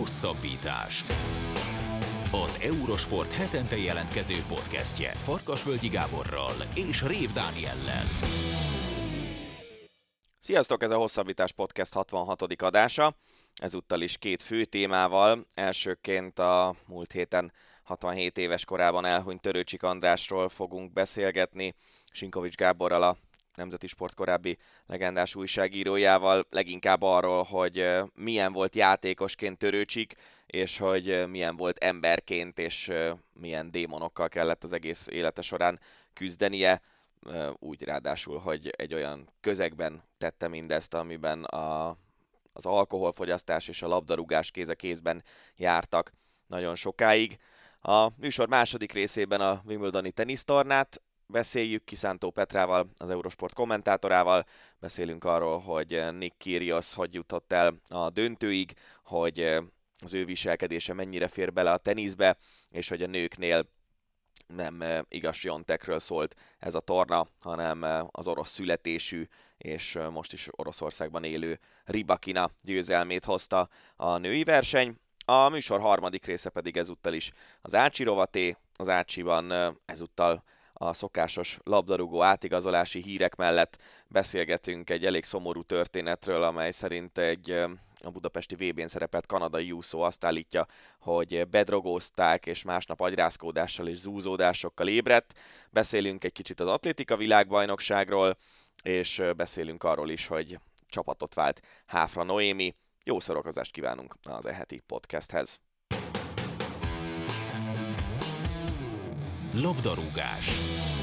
Hosszabbítás. Az Eurosport hetente jelentkező podcastje Farkasvölgyi Gáborral és Rév Dániellel. Sziasztok, ez a Hosszabbítás podcast 66. adása. Ezúttal is két fő témával. Elsőként a múlt héten 67 éves korában elhunyt Törőcsik Andrásról fogunk beszélgetni. Sinkovics Gáborral, a Nemzeti Sport korábbi legendás újságírójával, leginkább arról, hogy milyen volt játékosként Törőcsik, és hogy milyen volt emberként, és milyen démonokkal kellett az egész élete során küzdenie. Úgy ráadásul, hogy egy olyan közegben tette mindezt, amiben az alkoholfogyasztás és a labdarúgás kéz a kézben jártak nagyon sokáig. A műsor második részében a Wimbledoni tenisztornát beszéljük Kiszántó Petrával, az Eurosport kommentátorával. Beszélünk arról, hogy Nick Kyrgios hogy jutott el a döntőig, hogy az ő viselkedése mennyire fér bele a teniszbe, és hogy a nőknél nem Iga Świątekről szólt ez a torna, hanem az orosz születésű és most is Oroszországban élő Rybakina győzelmét hozta a női verseny. A műsor harmadik része pedig ezúttal is az Ácsi rovaté. Az Ácsiban ezúttal a szokásos labdarúgó átigazolási hírek mellett beszélgetünk egy elég szomorú történetről, amely szerint a budapesti VB-n szerepelt kanadai úszó azt állítja, hogy bedrogózták, és másnap agyrázkódással és zúzódásokkal ébredt. Beszélünk egy kicsit az atlétika világbajnokságról, és beszélünk arról is, hogy csapatot vált Háfra Noémi. Jó szórakozást kívánunk az e-heti podcasthez. Labdarúgás.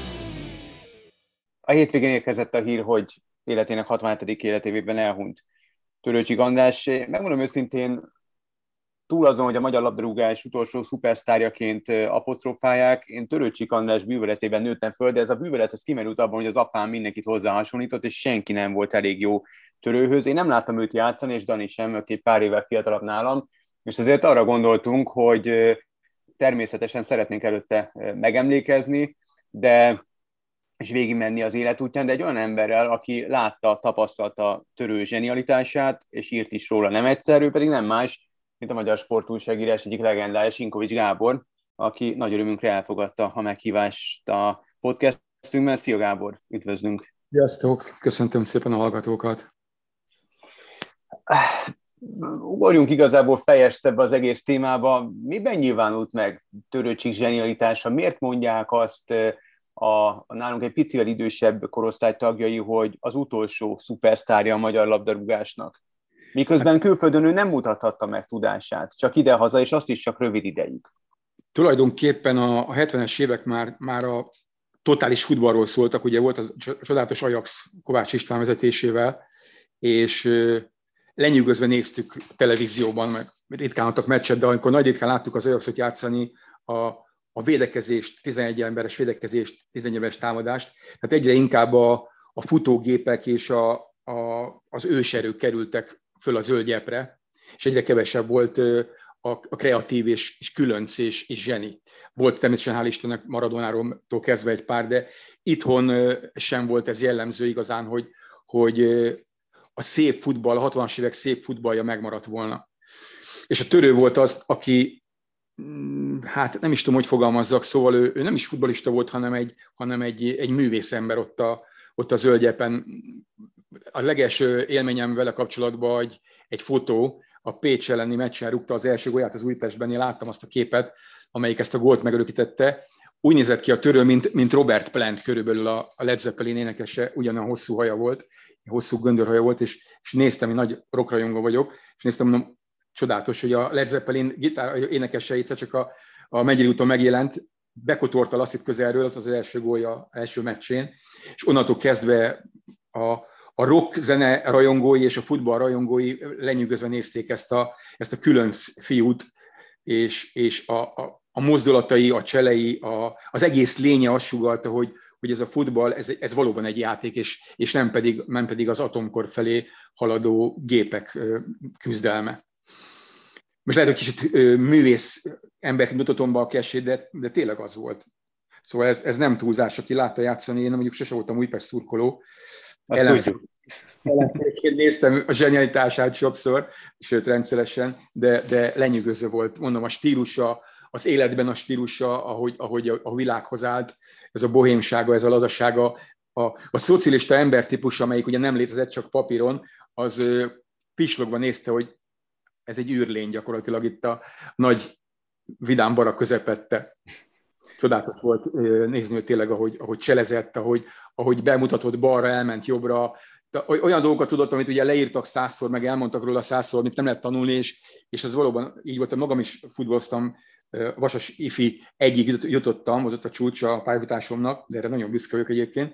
A hétvégén érkezett a hír, hogy életének 67. életévében elhunyt Törőcsik András. Megmondom őszintén, túl azon, hogy a magyar labdarúgás utolsó szupersztárjaként apostrofálják, én Törőcsik András bűvöletében nőttem föl, de ez a bűvölet ez kimerült abban, hogy az apám mindenkit hozzá hasonlított, és senki nem volt elég jó Törőhöz. Én nem láttam őt játszani, és Dani sem, aki egy pár évvel fiatalabb nálam, és ezért arra gondoltunk, hogy természetesen szeretnénk előtte megemlékezni, és végigmenni az életútján, de egy olyan emberrel, aki látta, tapasztalta Törő zsenialitását, és írt is róla nem egyszer, ő pedig nem más, mint a magyar sportújságírás egyik legendája, Sinkovics Gábor, aki nagy örömünkre elfogadta a meghívást a podcastunkban. Szia Gábor, üdvözlünk! Sziasztok, köszöntöm szépen a hallgatókat! Ugorjunk igazából fejestebb az egész témába. Miben nyilvánult meg Törőcsik zsenialitása? Miért mondják azt a nálunk egy picivel idősebb korosztály tagjai, hogy az utolsó szupersztárja a magyar labdarúgásnak? Miközben külföldön ő nem mutathatta meg tudását, csak idehaza, és azt is csak rövid ideig. Tulajdonképpen a 70-es évek már a totális futballról szóltak, ugye volt a csodálatos Ajax Kovács István vezetésével, és lenyűgözve néztük televízióban, meg ritkán adtak meccset, de amikor nagy ritkán láttuk az Ajaxot játszani, a védekezést, 11 emberes védekezést, 11 emberes támadást, tehát egyre inkább a futógépek és az őserők kerültek föl a zöld gyepre, és egyre kevesebb volt a kreatív és különc és zseni. Volt természetesen, hál' Istennek, Maradonáról kezdve egy pár, de itthon sem volt ez jellemző igazán, hogy a szép futball, a 60-as évek szép futballja megmaradt volna. És a Törő volt az, aki, hát nem is tudom, hogy fogalmazzak, szóval ő nem is futballista volt, hanem egy művészember ott a zöldgyepen. A legelső élményem vele kapcsolatban egy fotó, a Pécs elleni meccsen rúgta az első gólját az Újpestben, én láttam azt a képet, amelyik ezt a gólt megörökítette. Úgy nézett ki a Törő, mint Robert Plant körülbelül a Led Zeppelin énekese, ugyanolyan hosszú haja volt, hosszú göndörhaja volt, és néztem, én nagy rockrajongó vagyok, és néztem, mondom, csodálatos, hogy a Led Zeppelin gitár énekese egyszer csak a Megyeri úton megjelent, bekotorta Lasszit közelről, az első gólja első meccsén, és onnantól kezdve a rock zene rajongói és a futball rajongói lenyűgözve nézték ezt a különc fiút, és a mozdulatai, a cselei, az egész lénye azt sugallta, hogy ez a futball, ez valóban egy játék, és nem pedig az atomkor felé haladó gépek küzdelme. Most lehet, hogy kicsit művész emberként mutatom be a kesét, de tényleg az volt. Szóval ez nem túlzás, aki látta játszani, én mondjuk sose voltam Újpest szurkoló, Én néztem a zsenialitását sokszor, sőt rendszeresen, de lenyűgöző volt. Mondom, a stílusa, az életben a stílusa, ahogy a világhoz állt, ez a bohémsága, ez a lazasága, a szocialista embertípus, amelyik ugye nem létezett csak papíron, az pislogva nézte, hogy ez egy űrlény gyakorlatilag itt a nagy vidám barak közepette. Csodálatos volt nézni, hogy tényleg, ahogy cselezett, ahogy bemutatott balra, elment jobbra. Olyan dolgokat tudott, amit ugye leírtak 100-szor, meg elmondtak róla 100-szor, amit nem lehet tanulni, és az valóban így volt. Magam is futballoztam, Vasas ifi egyik jutottam, az ott a csúcsa a pályafutásomnak, de erre nagyon büszke vagyok egyébként,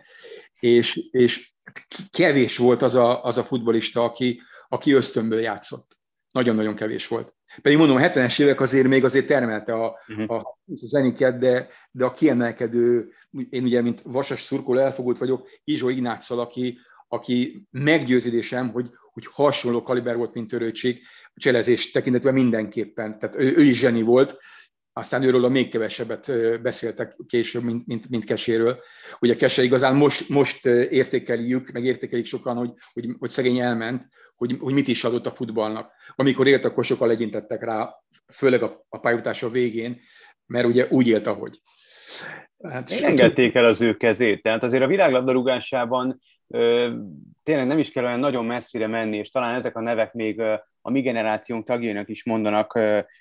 és kevés volt az a futballista, aki ösztönből játszott. Nagyon-nagyon kevés volt. Pedig mondom, a 70-es évek azért termelte a zeniket, de a kiemelkedő, én ugye, mint Vasas szurkoló elfogult vagyok, Izsó Ignáccal, aki meggyőződésem, hogy hasonló kaliber volt, mint Törőcsik, a cselezés tekintetben mindenképpen. Tehát ő is zseni volt, aztán őről még kevesebbet beszéltek később, mint Keséről. Ugye Kese igazán most értékelik sokan, hogy szegény elment, hogy mit is adott a futballnak. Amikor élt, akkor sokan legyintettek rá, főleg a pályafutása végén, mert ugye úgy élt, ahogy. Hát, engedték el az ő kezét. Tehát azért a világlabdarúgásában tényleg nem is kell olyan nagyon messzire menni, és talán ezek a nevek még a mi generációnk tagjainak is mondanak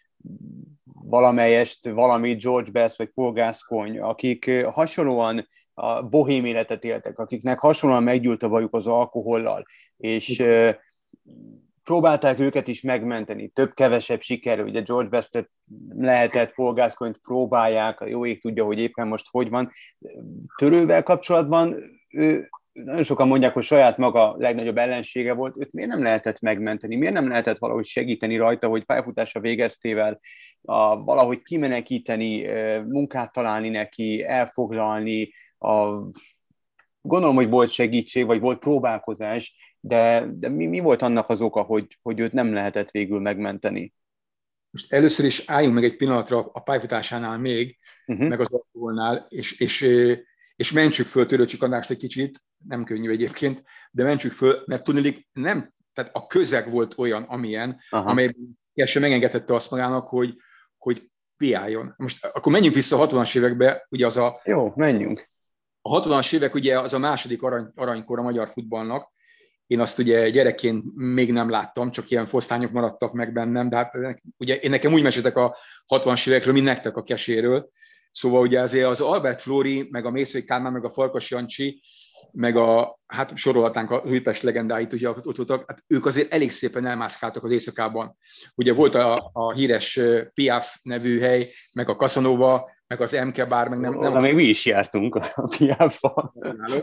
valamelyest, valami George Best vagy Paul Gascoigne, akik hasonlóan a bohém életet éltek, akiknek hasonlóan meggyűlt a bajuk az alkohollal, és próbálták őket is megmenteni, több-kevesebb sikerül, ugye George Bestet lehetett, Paul Gascoigne-t próbálják, a jó ég tudja, hogy éppen most hogy van. Törővel kapcsolatban nagyon sokan mondják, hogy saját maga legnagyobb ellensége volt, őt miért nem lehetett megmenteni, miért nem lehetett valahogy segíteni rajta, hogy pályafutása végeztével valahogy kimenekíteni, munkát találni neki, elfoglalni. Gondolom, hogy volt segítség, vagy volt próbálkozás, de mi volt annak az oka, hogy őt nem lehetett végül megmenteni? Most először is álljunk meg egy pillanatra a pályafutásánál még, meg az alkoholnál, és mentsük föl Törőcsik Andrást egy kicsit, nem könnyű egyébként, de mentsük föl, mert tudniillik nem, tehát a közeg volt olyan, amilyen, amelyben Kesse megengedhette azt magának, hogy piáljon. Most akkor menjünk vissza a 60-as évekbe, ugye az a... Jó, menjünk. A 60-as évek ugye az a második aranykor a magyar futballnak. Én azt ugye gyerekként még nem láttam, csak ilyen fosztányok maradtak meg bennem, de hát ugye én nekem úgy meséltek a 60-as évekről, mint nektek a Keséről. Szóval ugye azért az Albert Flóri, meg a Mészői Kálmán, meg a Farkas Jancsi, meg hát sorolhatnánk a Újpest legendáit, ugye hát ők azért elég szépen elmászkáltak az éjszakában. Ugye volt a híres Piaf nevű hely, meg a Casanova, meg az MK bár, meg nem. Még mi is jártunk a Piaf-val.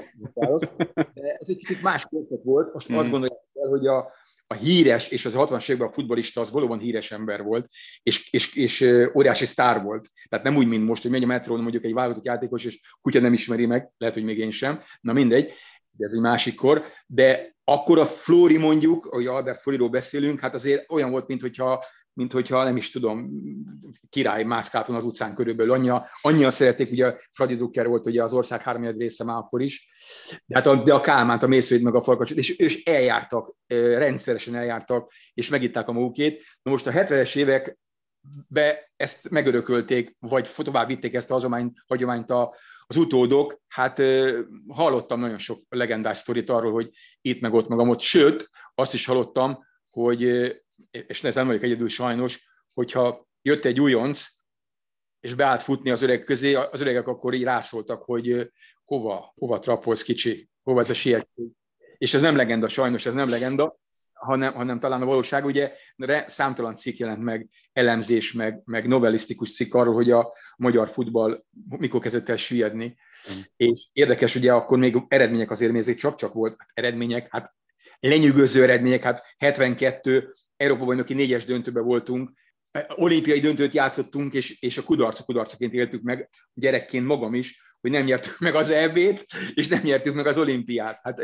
De ez egy kicsit más korszak volt. Most azt gondolják el, hogy a híres, és az 60-as években a futballista az valóban híres ember volt, és óriási sztár volt. Tehát nem úgy, mint most, hogy megy a metrón mondjuk egy válogatott játékos, és kutya nem ismeri meg, lehet, hogy még én sem, na mindegy, de ez egy másik kor. De akkor a Flóri mondjuk, ahogy Albert Flóriról beszélünk, hát azért olyan volt, mint hogyha nem is tudom, király mászkált volna az utcán körülbelül. Annyian szerették, ugye Fradi Drucker volt ugye az ország 3. része már akkor is, de a Kálmánt, a Mészőit, meg a Farkacsot, és eljártak, rendszeresen eljártak, és megitták a magukét. Na most a 70-es években ezt megörökölték, vagy tovább vitték ezt a hagyományt az utódok. Hát hallottam nagyon sok legendás sztorit arról, hogy itt meg ott, sőt, azt is hallottam, hogy és ez nem vagyok egyedül sajnos, hogyha jött egy újonc, és beállt futni az öreg közé, az öregek akkor így rászóltak, hogy hova trappolsz kicsi, hova ez a sietség. És ez nem legenda, sajnos ez nem legenda, hanem talán a valóság, ugye számtalan cikk jelent meg, elemzés, meg novellisztikus cikk arról, hogy a magyar futball mikor kezdett el süllyedni. És érdekes, ugye akkor még eredmények azért még csak volt eredmények, hát lenyűgöző eredmények, hát 72 Európa-bajnoki 4-es döntőben voltunk, olimpiai döntőt játszottunk, és a kudarcaként éltük meg, gyerekként magam is, hogy nem nyertük meg az EB-t, és nem nyertük meg az olimpiát. Hát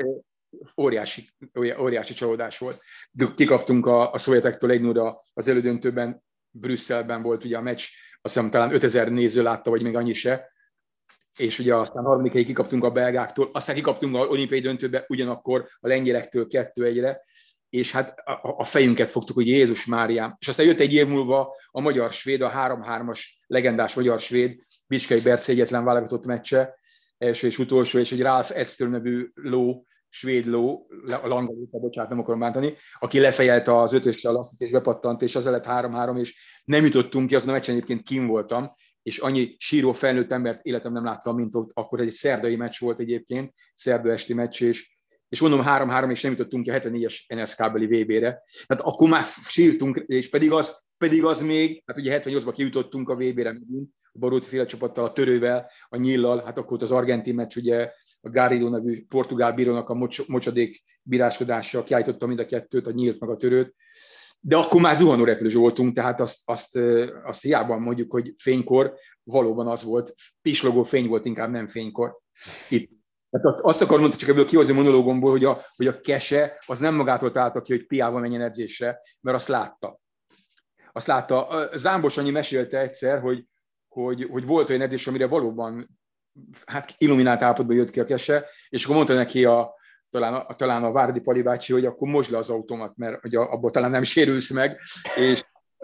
óriási csalódás volt. Kikaptunk a szovjetektől 1-0 az elődöntőben, Brüsszelben volt ugye a meccs, azt hiszem talán 5000 néző látta, vagy még annyi se. és ugye aztán harmadik helyig kikaptunk a belgáktól, aztán kikaptunk az olimpiai döntőbe, ugyanakkor a lengyelektől 2-1-re, és hát a fejünket fogtuk, hogy Jézus Máriám. És aztán jött egy év múlva a magyar-svéd, a 3-3-as legendás magyar-svéd, Bicskei Berce egyetlen válogatott meccse, első és utolsó, és egy Ralf Edström nevű svéd ló, a Langalóta, bocsánat, nem akarom bántani, aki lefejelte az 5-ösre a lasztit, és bepattant, és az lett 3-3, és nem jutottunk ki, azon a meccsen egyébként kim voltam, és annyi síró felnőtt embert életem nem láttam, mint ott, akkor ez egy szerdai meccs volt egyébként, szerda esti meccs, és mondom 3-3, és nem jutottunk ki a 74-es NSK-beli VB-re. Tehát akkor már sírtunk, és pedig az még, hát ugye 78-ban kijutottunk a VB-re megint, a Baróti féle csapattal, a Törővel, a Nyillal, hát akkor volt az argentin meccs, ugye a Garrido nevű portugál bírónak a mocsadék bíráskodással kiállította mind a kettőt, a Nyílt meg a Törőt, de akkor már zuhanórepülős voltunk, tehát azt hiába mondjuk, hogy fénykor, valóban az volt, pislogó fény volt, inkább nem fénykor. Itt. Tehát azt akarom mondani, csak ebből kihozni a monológomból, hogy a Kese az nem magától találta ki, hogy Piával menjen edzésre, mert azt látta. Zámbos Annyi mesélte egyszer, hogy volt olyan edzés, amire valóban hát illuminált állapotban jött ki a Kese, és akkor mondta neki talán a Várdi Pali bácsi, hogy akkor mosd le az automat, mert hogy abból talán nem sérülsz meg, és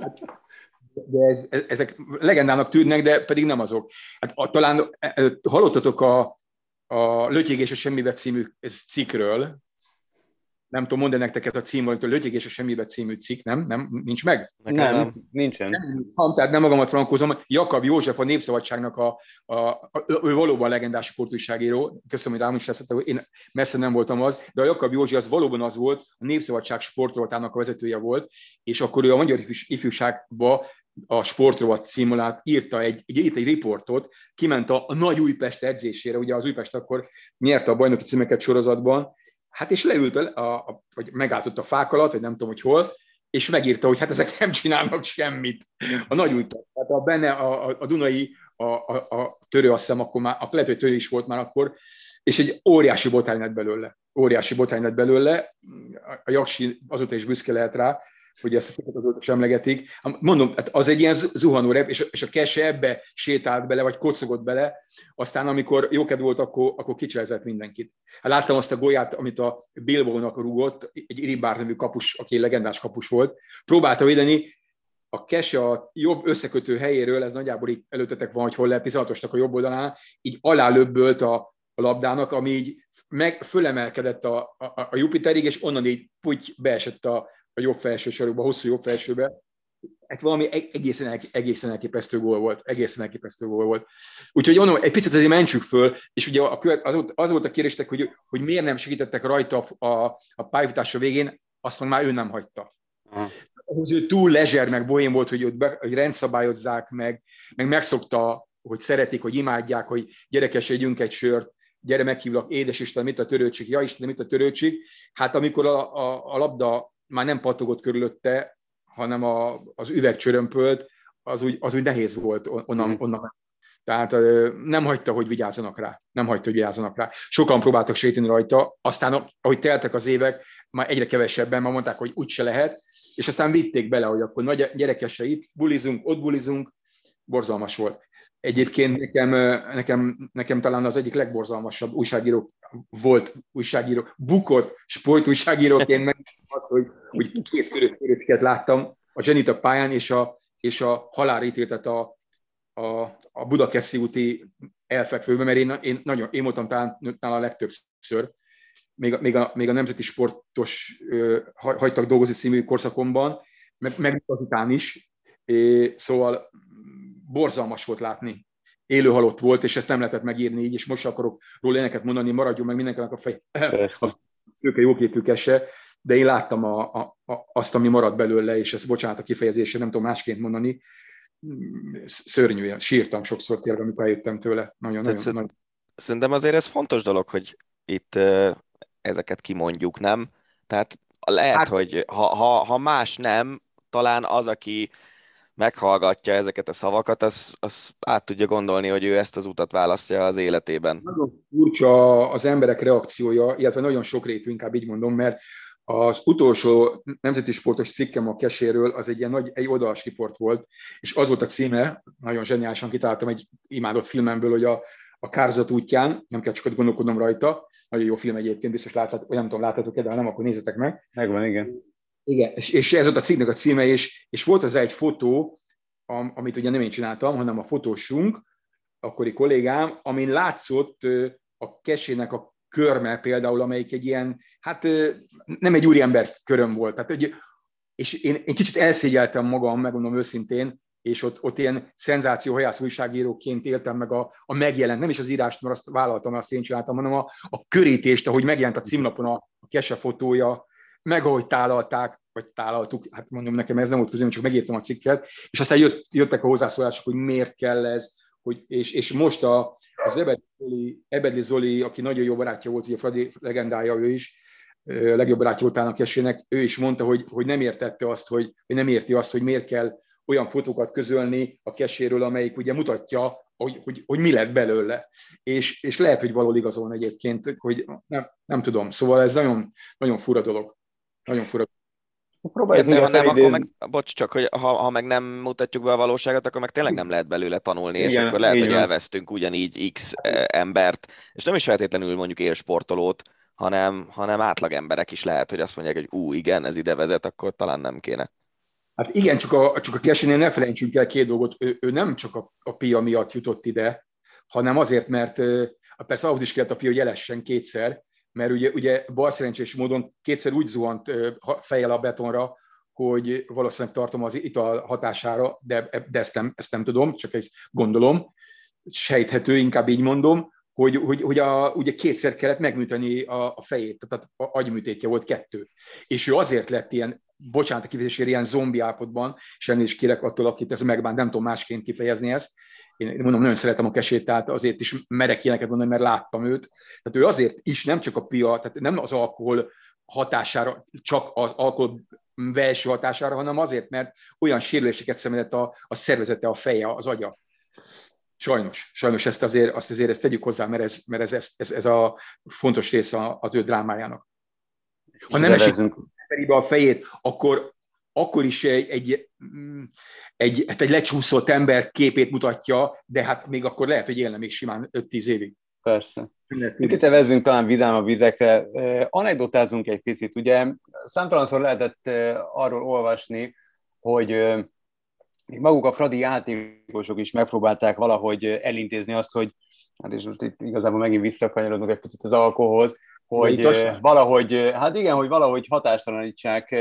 de ezek legendának tűnnek, de pedig nem azok. Hát talán hallottatok a Lötyégés a semmibe című cikkről. Nem tudom mondani nektek ez a cím, hogy a Lötyégés a semmibe című cikk, nem? Nincs meg? Nem, nincsen. Tehát nem magamat frankózom. Jakab József, a Népszabadságnak ő valóban legendás sportújságíró. Köszönöm, hogy rám is leszettem, hogy én messze nem voltam az, de a Jakab József az valóban az volt, a Népszabadság sportrovatának a vezetője volt, és akkor ő a magyar ifjúságba a sportrovat cím alá írta egy riportot, kiment a Nagy Újpest edzésére, ugye az Újpest akkor nyerte a bajnoki címeket sorozatban, hát és leült, vagy megállt a fák alatt, vagy nem tudom, hogy hol, és megírta, hogy hát ezek nem csinálnak semmit. A Nagy Újpest, tehát benne a Dunai, a Törő, azt hiszem, akkor lehet, hogy Törő is volt már akkor, és egy óriási botrány lett belőle. A Jaksi azóta is büszke lehet rá, hogy ezt a sziket azóta sem emlegetik. Mondom, az egy ilyen zuhanórep, és a Kese ebbe sétált bele, vagy kocogott bele, aztán amikor jókedv volt, akkor kicselezett mindenkit. Hát láttam azt a golyát, amit a Bilbao-nak rúgott, egy Iribár nevű kapus, aki legendás kapus volt, próbálta védeni, a Kese a jobb összekötő helyéről, ez nagyjából itt előttetek van, hogy hol lehet, 16-osnak a jobb oldalán, így alálöbbölt a labdának, ami így fölemelkedett a Jupiterig, és onnan így beesett a jobb felső sarokba, hosszú jobb felsőbe. Hát valami egészen elképesztő gól volt. Úgyhogy mondom, egy picit azért mentsük föl, és ugye az volt a kérdéstek, hogy miért nem segítettek rajta a pályafutása végén, azt már ő nem hagyta. Ahhoz ő túl lezser, meg bohém volt, hogy rendszabályozzák meg megszokta, hogy szeretik, hogy imádják, hogy gyerekeskedjünk egy sört, gyere meghívlak, édes Isten, mit a törőcsik, ja Isten, mit a törőcsik. Hát amikor a labda már nem pattogott körülötte, hanem az üveg csörömpölt, az úgy nehéz volt onnan. Tehát nem hagyta, hogy vigyázzanak rá. Sokan próbáltak segíteni rajta, aztán ahogy teltek az évek, már egyre kevesebben, már mondták, hogy úgyse lehet, és aztán vitték bele, hogy akkor nagy gyerekes itt bulizunk, ott bulizunk, borzalmas volt. Egyébként nekem talán az egyik legborzalmasabb bukott sportújságíróként meg az, hogy két köröket láttam, a Zsenita pályán és a halálra ítéltet a Budakeszi úti elfekvőben, mert én voltam talán a legtöbbször, még a Nemzeti Sportos hagytak dolgozni című korszakomban, meg azután is, szóval borzalmas volt látni. Élő halott volt, és ezt nem lehetett megírni így, és most akarok róla éneket mondani, maradjon meg mindenkinek a szőke jóképű Kese, de én láttam azt, ami maradt belőle, és ezt bocsánat a kifejezésre, nem tudom másként mondani, szörnyűen, sírtam sokszor tényleg, amikor eljöttem tőle. Nagyon. Szerintem azért ez fontos dolog, hogy itt ezeket kimondjuk, nem? Tehát lehet, hogy ha más nem, talán az, aki meghallgatja ezeket a szavakat, az át tudja gondolni, hogy ő ezt az utat választja az életében. Nagyon furcsa az emberek reakciója, illetve nagyon sokrétű, inkább így mondom, mert az utolsó nemzeti sportos cikkem a Keséről az egy ilyen egy oldalas riport volt, és az volt a címe, nagyon zseniálisan kitaláltam egy imádott filmemből, hogy a Kározat útján, nem kell sokat gondolkodnom rajta, nagyon jó film egyébként, biztos láthatok, vagy nem tudom, láthatok-e, de ha nem, akkor nézzetek meg. Megvan, igen. Igen, és ez ott a cikknek a címe, és volt az egy fotó, amit ugye nem én csináltam, hanem a fotósunk, akkori kollégám, amin látszott a kesének a körme például, amelyik egy ilyen, hát nem egy úriember köröm volt. Tehát, és én kicsit elszégyeltem magam, megmondom őszintén, és ott ilyen szenzációhajász újságíróként éltem meg a megjelent, nem is az írást, mert azt vállaltam, azt én csináltam, hanem a körítést, ahogy megjelent a címlapon a kese fotója, meg ahogy tálaltuk, hát mondom nekem ez nem volt közöm, csak megírtam a cikket, és aztán jöttek a hozzászólások, hogy miért kell ez, és most az Ebedli Zoli, aki nagyon jó barátja volt, ugye Fradi legendája ő is, legjobb barátja volt a kesének, ő is mondta, hogy nem értette azt, hogy nem érti azt, hogy miért kell olyan fotókat közölni a keséről, amelyik ugye mutatja, hogy mi lett belőle. És lehet, hogy valahol igazolna egyébként, hogy nem tudom. Szóval ez nagyon, nagyon fura dolog. Nagyon fura. Próbáljuk még akkor meg, bocs, csak hogy ha meg nem mutatjuk be a valóságot, akkor meg tényleg nem lehet belőle tanulni, igen, és akkor lehet, hogy elvesztünk ugyanígy X embert, és nem is feltétlenül mondjuk élsportolót, hanem átlag emberek is lehet, hogy azt mondják, hogy igen, ez ide vezet, akkor talán nem kéne. Hát igen, csak a Kesénél ne felejtsünk el két dolgot. Ő nem csak a PIA miatt jutott ide, hanem azért, mert persze ahhoz is kellett a PIA, hogy elessen kétszer, mert ugye balszerencsés módon kétszer úgy zuhant fejjel a betonra, hogy valószínűleg tartom az ital hatására, de ezt nem tudom, csak ezt gondolom, sejthető, inkább így mondom, hogy ugye kétszer kellett megműteni a fejét, tehát agyműtétje volt 2. És ő azért lett ilyen, bocsánat a kifejezésére, ilyen zombi állapotban, és ennél is kérek attól, akit ez megbánt, nem tudom másként kifejezni ezt. Én mondom, nagyon szeretem a Kesét, tehát azért is merek ilyeneket mondani, mert láttam őt. Tehát ő azért is, nem csak a PIA, tehát nem az alkohol hatására, csak az alkohol belső hatására, hanem azért, mert olyan sérüléseket szenvedett a szervezete, a feje, az agya. Sajnos ezt azért tegyük hozzá, mert ez a fontos része az ő drámájának. Ha nem esik a fejét, akkor is egy lecsúszott ember képét mutatja, de hát még akkor lehet, hogy élne még simán 5-10 évig. Persze. Itt evezzünk talán vidámabb vizekre. Anekdotázunk egy picit. Ugye számtalanszor lehetett arról olvasni, hogy maguk a fradi játékosok is megpróbálták valahogy elintézni azt, hogy, hát és most itt igazából megint visszakanyarodunk egy picit az alkoholhoz, hogy valahogy hatástalanítsák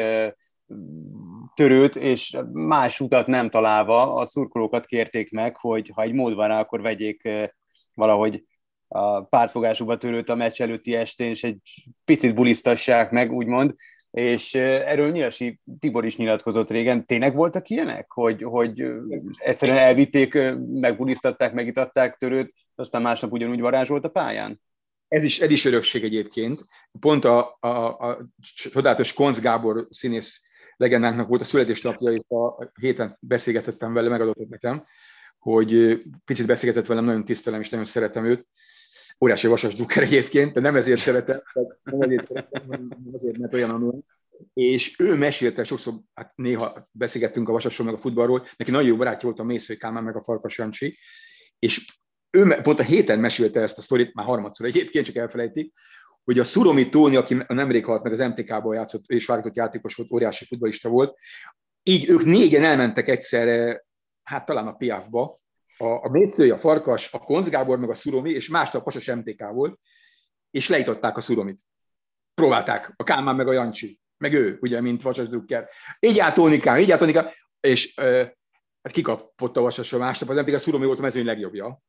Törőt, és más utat nem találva a szurkolókat kérték meg, hogy ha egy mód van rá, akkor vegyék valahogy a pártfogásukba Törőt a meccs előtti estén, és egy picit bulisztassák meg, úgymond, és erről Nyilasi Tibor is nyilatkozott régen. Tényleg voltak ilyenek, hogy egyszerűen elvitték, megbulisztatták, megitatták Törőt, aztán másnap ugyanúgy varázsolt a pályán? Ez is örökség egyébként. Pont a csodálatos Koncz Gábor színész legendánknak volt a születésnapja, és a héten beszélgetettem vele, megadott nekem, hogy picit beszélgetett velem, nagyon tisztelem és nagyon szeretem őt. Óriási Vasas Drucker egyébként, de nem ezért szeretem, hanem azért, mert olyan amilyen. És ő mesélte sokszor, hát néha beszélgettünk a Vasasról, meg a futballról, neki nagyon jó barátja volt a Mészői Kálmán, meg a Farkas Jancsi, és ő pont a héten mesélte ezt a sztorit, már harmadszor egyébként, csak elfelejtik, hogy a Szuromi Tóni, aki nemrég halt meg, az MTK-ból játszott, és válogatott játékos volt, óriási futballista volt, így ők négyen elmentek egyszerre, hát talán a Piáfba, a Mészői, a Farkas, a Koncz Gábor, meg a Szuromi, és másnap Pasas MTK volt, és leították a Szuromit. Próbálták, a Kálmán meg a Jancsi, meg ő, ugye, mint Vasas Drucker. Így átolnikám, és hát kikapott a Vasasról másnap, az MTK, a Szuromi volt a mezőny legjobbja.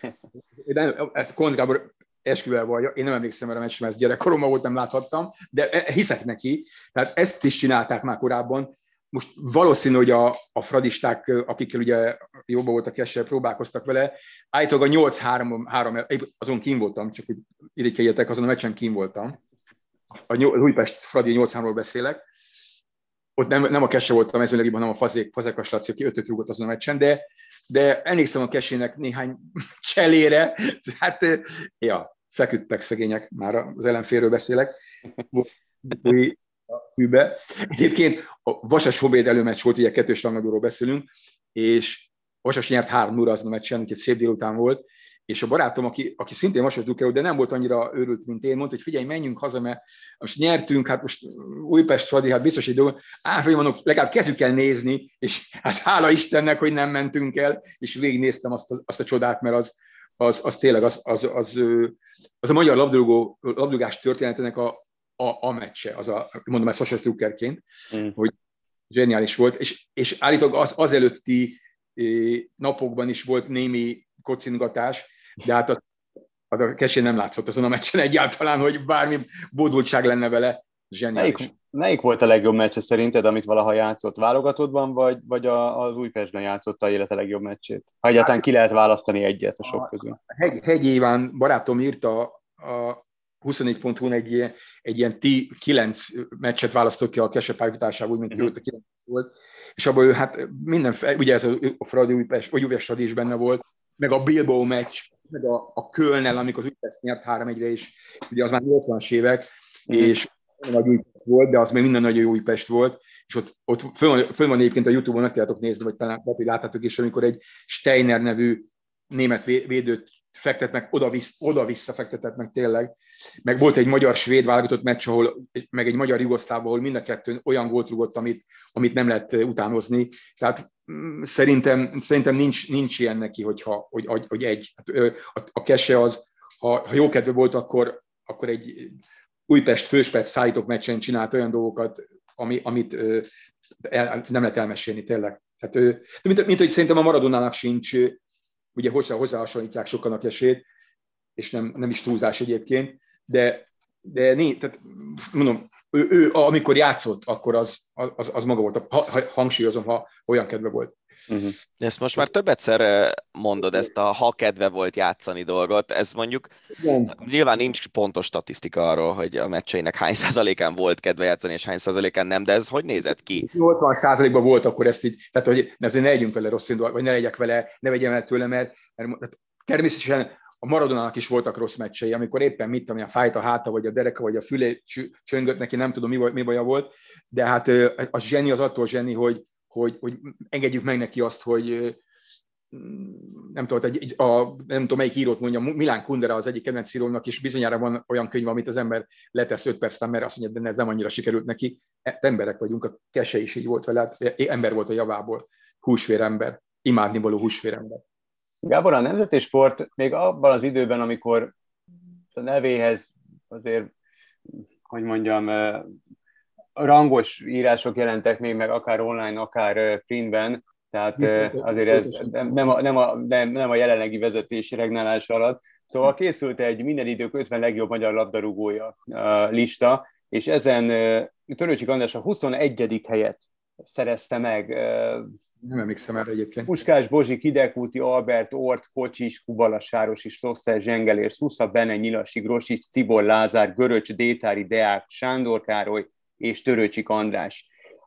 Ezt Koncz Gábor esküvel vallja, én nem emlékszem erre a meccsre, mert gyerekkoromban volt, nem láthattam, de hiszek neki. Tehát ezt is csinálták már korábban. Most valószínű, hogy a fradisták, akikkel ugye jobban volt a Kessel, próbálkoztak vele, állítólag a 8-3, azon kín voltam, csak hogy irigykedjetek, azon a meccsen kín voltam. A Újpest Fradi 8-3-ról beszélek. Ott nem a Kesse volt a mezőnylegében, hanem a Fazekas Laci, aki 5-5 rúgott azon a meccsen, de emlékszem a Kessének néhány cselére, hát feküdtek szegények, már az ellenfélről beszélek. A fűbe. Egyébként a Vasas Hobéd előmeccs volt, ugye 2-es rangadóról beszélünk, és Vasas nyert 3-0 azon a meccsen, úgyhogy szép délután volt, és a barátom, aki szintén vasas drukkerő, de nem volt annyira őrült, mint én, mondta, hogy figyelj, menjünk haza, mert most nyertünk, hát most Újpest-Fradi, hát biztos egy dolog, hogy mondok, legalább kezdjük el nézni, és hát hála Istennek, hogy nem mentünk el, és végignéztem azt a csodát, mert az tényleg az a magyar labdarúgás történetének a meccse, mondom ezt vasas drukkerként, hogy zseniális volt, és állítólag az előtti napokban is volt némi kocingatás, de hát a Kessé nem látszott azon a meccsen egyáltalán, hogy bármi bódultság lenne vele. Zseniális. Melyik volt a legjobb meccse szerinted, amit valaha játszott? Válogatottban, vagy az Újpestben játszotta élete legjobb meccsét? Ha egyáltalán ki lehet választani egyet a sok közül. Hegy Iván barátom írta a 24.hu-n egy ilyen 9 meccset választott ki a Kesse pályafutásából, úgy, mint a 9 volt, és abban ő hát ugye ez a Fradi Újpest, vagy Újpest is benne volt, meg a Bilbao meccs, meg a Kölnnel, amikor az Újpest nyert 3-1-re, és ugye az már 80-as évek, és nagy Újpest volt, de az még minden nagyon jó Újpest volt, és ott fönn van egyébként a YouTube-on, meg tudjátok nézni, vagy talán hogy láttátok is, amikor egy Steiner nevű német védőt fektet meg, oda-vissza fektetett meg tényleg. Meg volt egy magyar-svéd válogatott meccs, meg egy magyar-jugoszláv, ahol mind a kettőn olyan gólt rúgott, amit nem lehet utánozni. Tehát szerintem nincs ilyen neki, hogy egy. A Kesse az, ha jó kedve volt, akkor egy Újpest főspec szállítók meccsen csinált olyan dolgokat, amit nem lehet elmesélni tényleg. Tehát, mint hogy szerintem a Maradonának sincs, ugye hozzáhasonlítják sokan a Kessét, és nem is túlzás egyébként, de tehát mondom, ő amikor játszott, akkor az maga volt, hangsúlyozom, ha olyan kedve volt. Ezt most már többetszer mondod, ezt a ha kedve volt játszani dolgot, ez mondjuk nyilván nincs pontos statisztika arról, hogy a meccseinek hány százalékán volt kedve játszani, és hány százalékán nem, de ez hogy nézett ki? 80%-ban volt akkor ezt így, tehát hogy azért ne legyünk vele rossz indulat, vagy ne legyek vele, ne vegyem el tőle, mert természetesen a Maradonának is voltak rossz meccsei, amikor éppen mit tudom, fájt a háta, vagy a dereka, vagy a fülé csöngött neki, nem tudom mi baja volt, de hát az zseni az attól zseni, hogy engedjük meg neki azt, hogy nem tudom, melyik írót mondja, Milán Kundera az egyik kedvenc írónak, és bizonyára van olyan könyv, amit az ember letesz 5 percben, mert azt mondja, de ez nem annyira sikerült neki. Emberek vagyunk, a Kesse is így volt vele, ember volt a javából, húsvérember, imádnivaló húsvérember. Gábor, a nemzeti sport még abban az időben, amikor a nevéhez azért, hogy mondjam, rangos írások jelentek még meg, akár online, akár printben, tehát azért ez nem a jelenlegi vezetési regnálás alatt. Szóval készült egy minden idők 50 legjobb magyar labdarúgója lista, és ezen Törőcsik András a 21. helyet szerezte meg. Nem emlékszem erre egyébként. Puskás, Bozsik, Hidegkúti, Albert, Ort, Kocsis, Kubala, Sárosi, Slosser, Zsengelér, Szusza, Bene, Nyilasik, Rosics, Cibor, Lázár, Göröcs, Détári, Deák, Sándor Károly és Törőcsik András.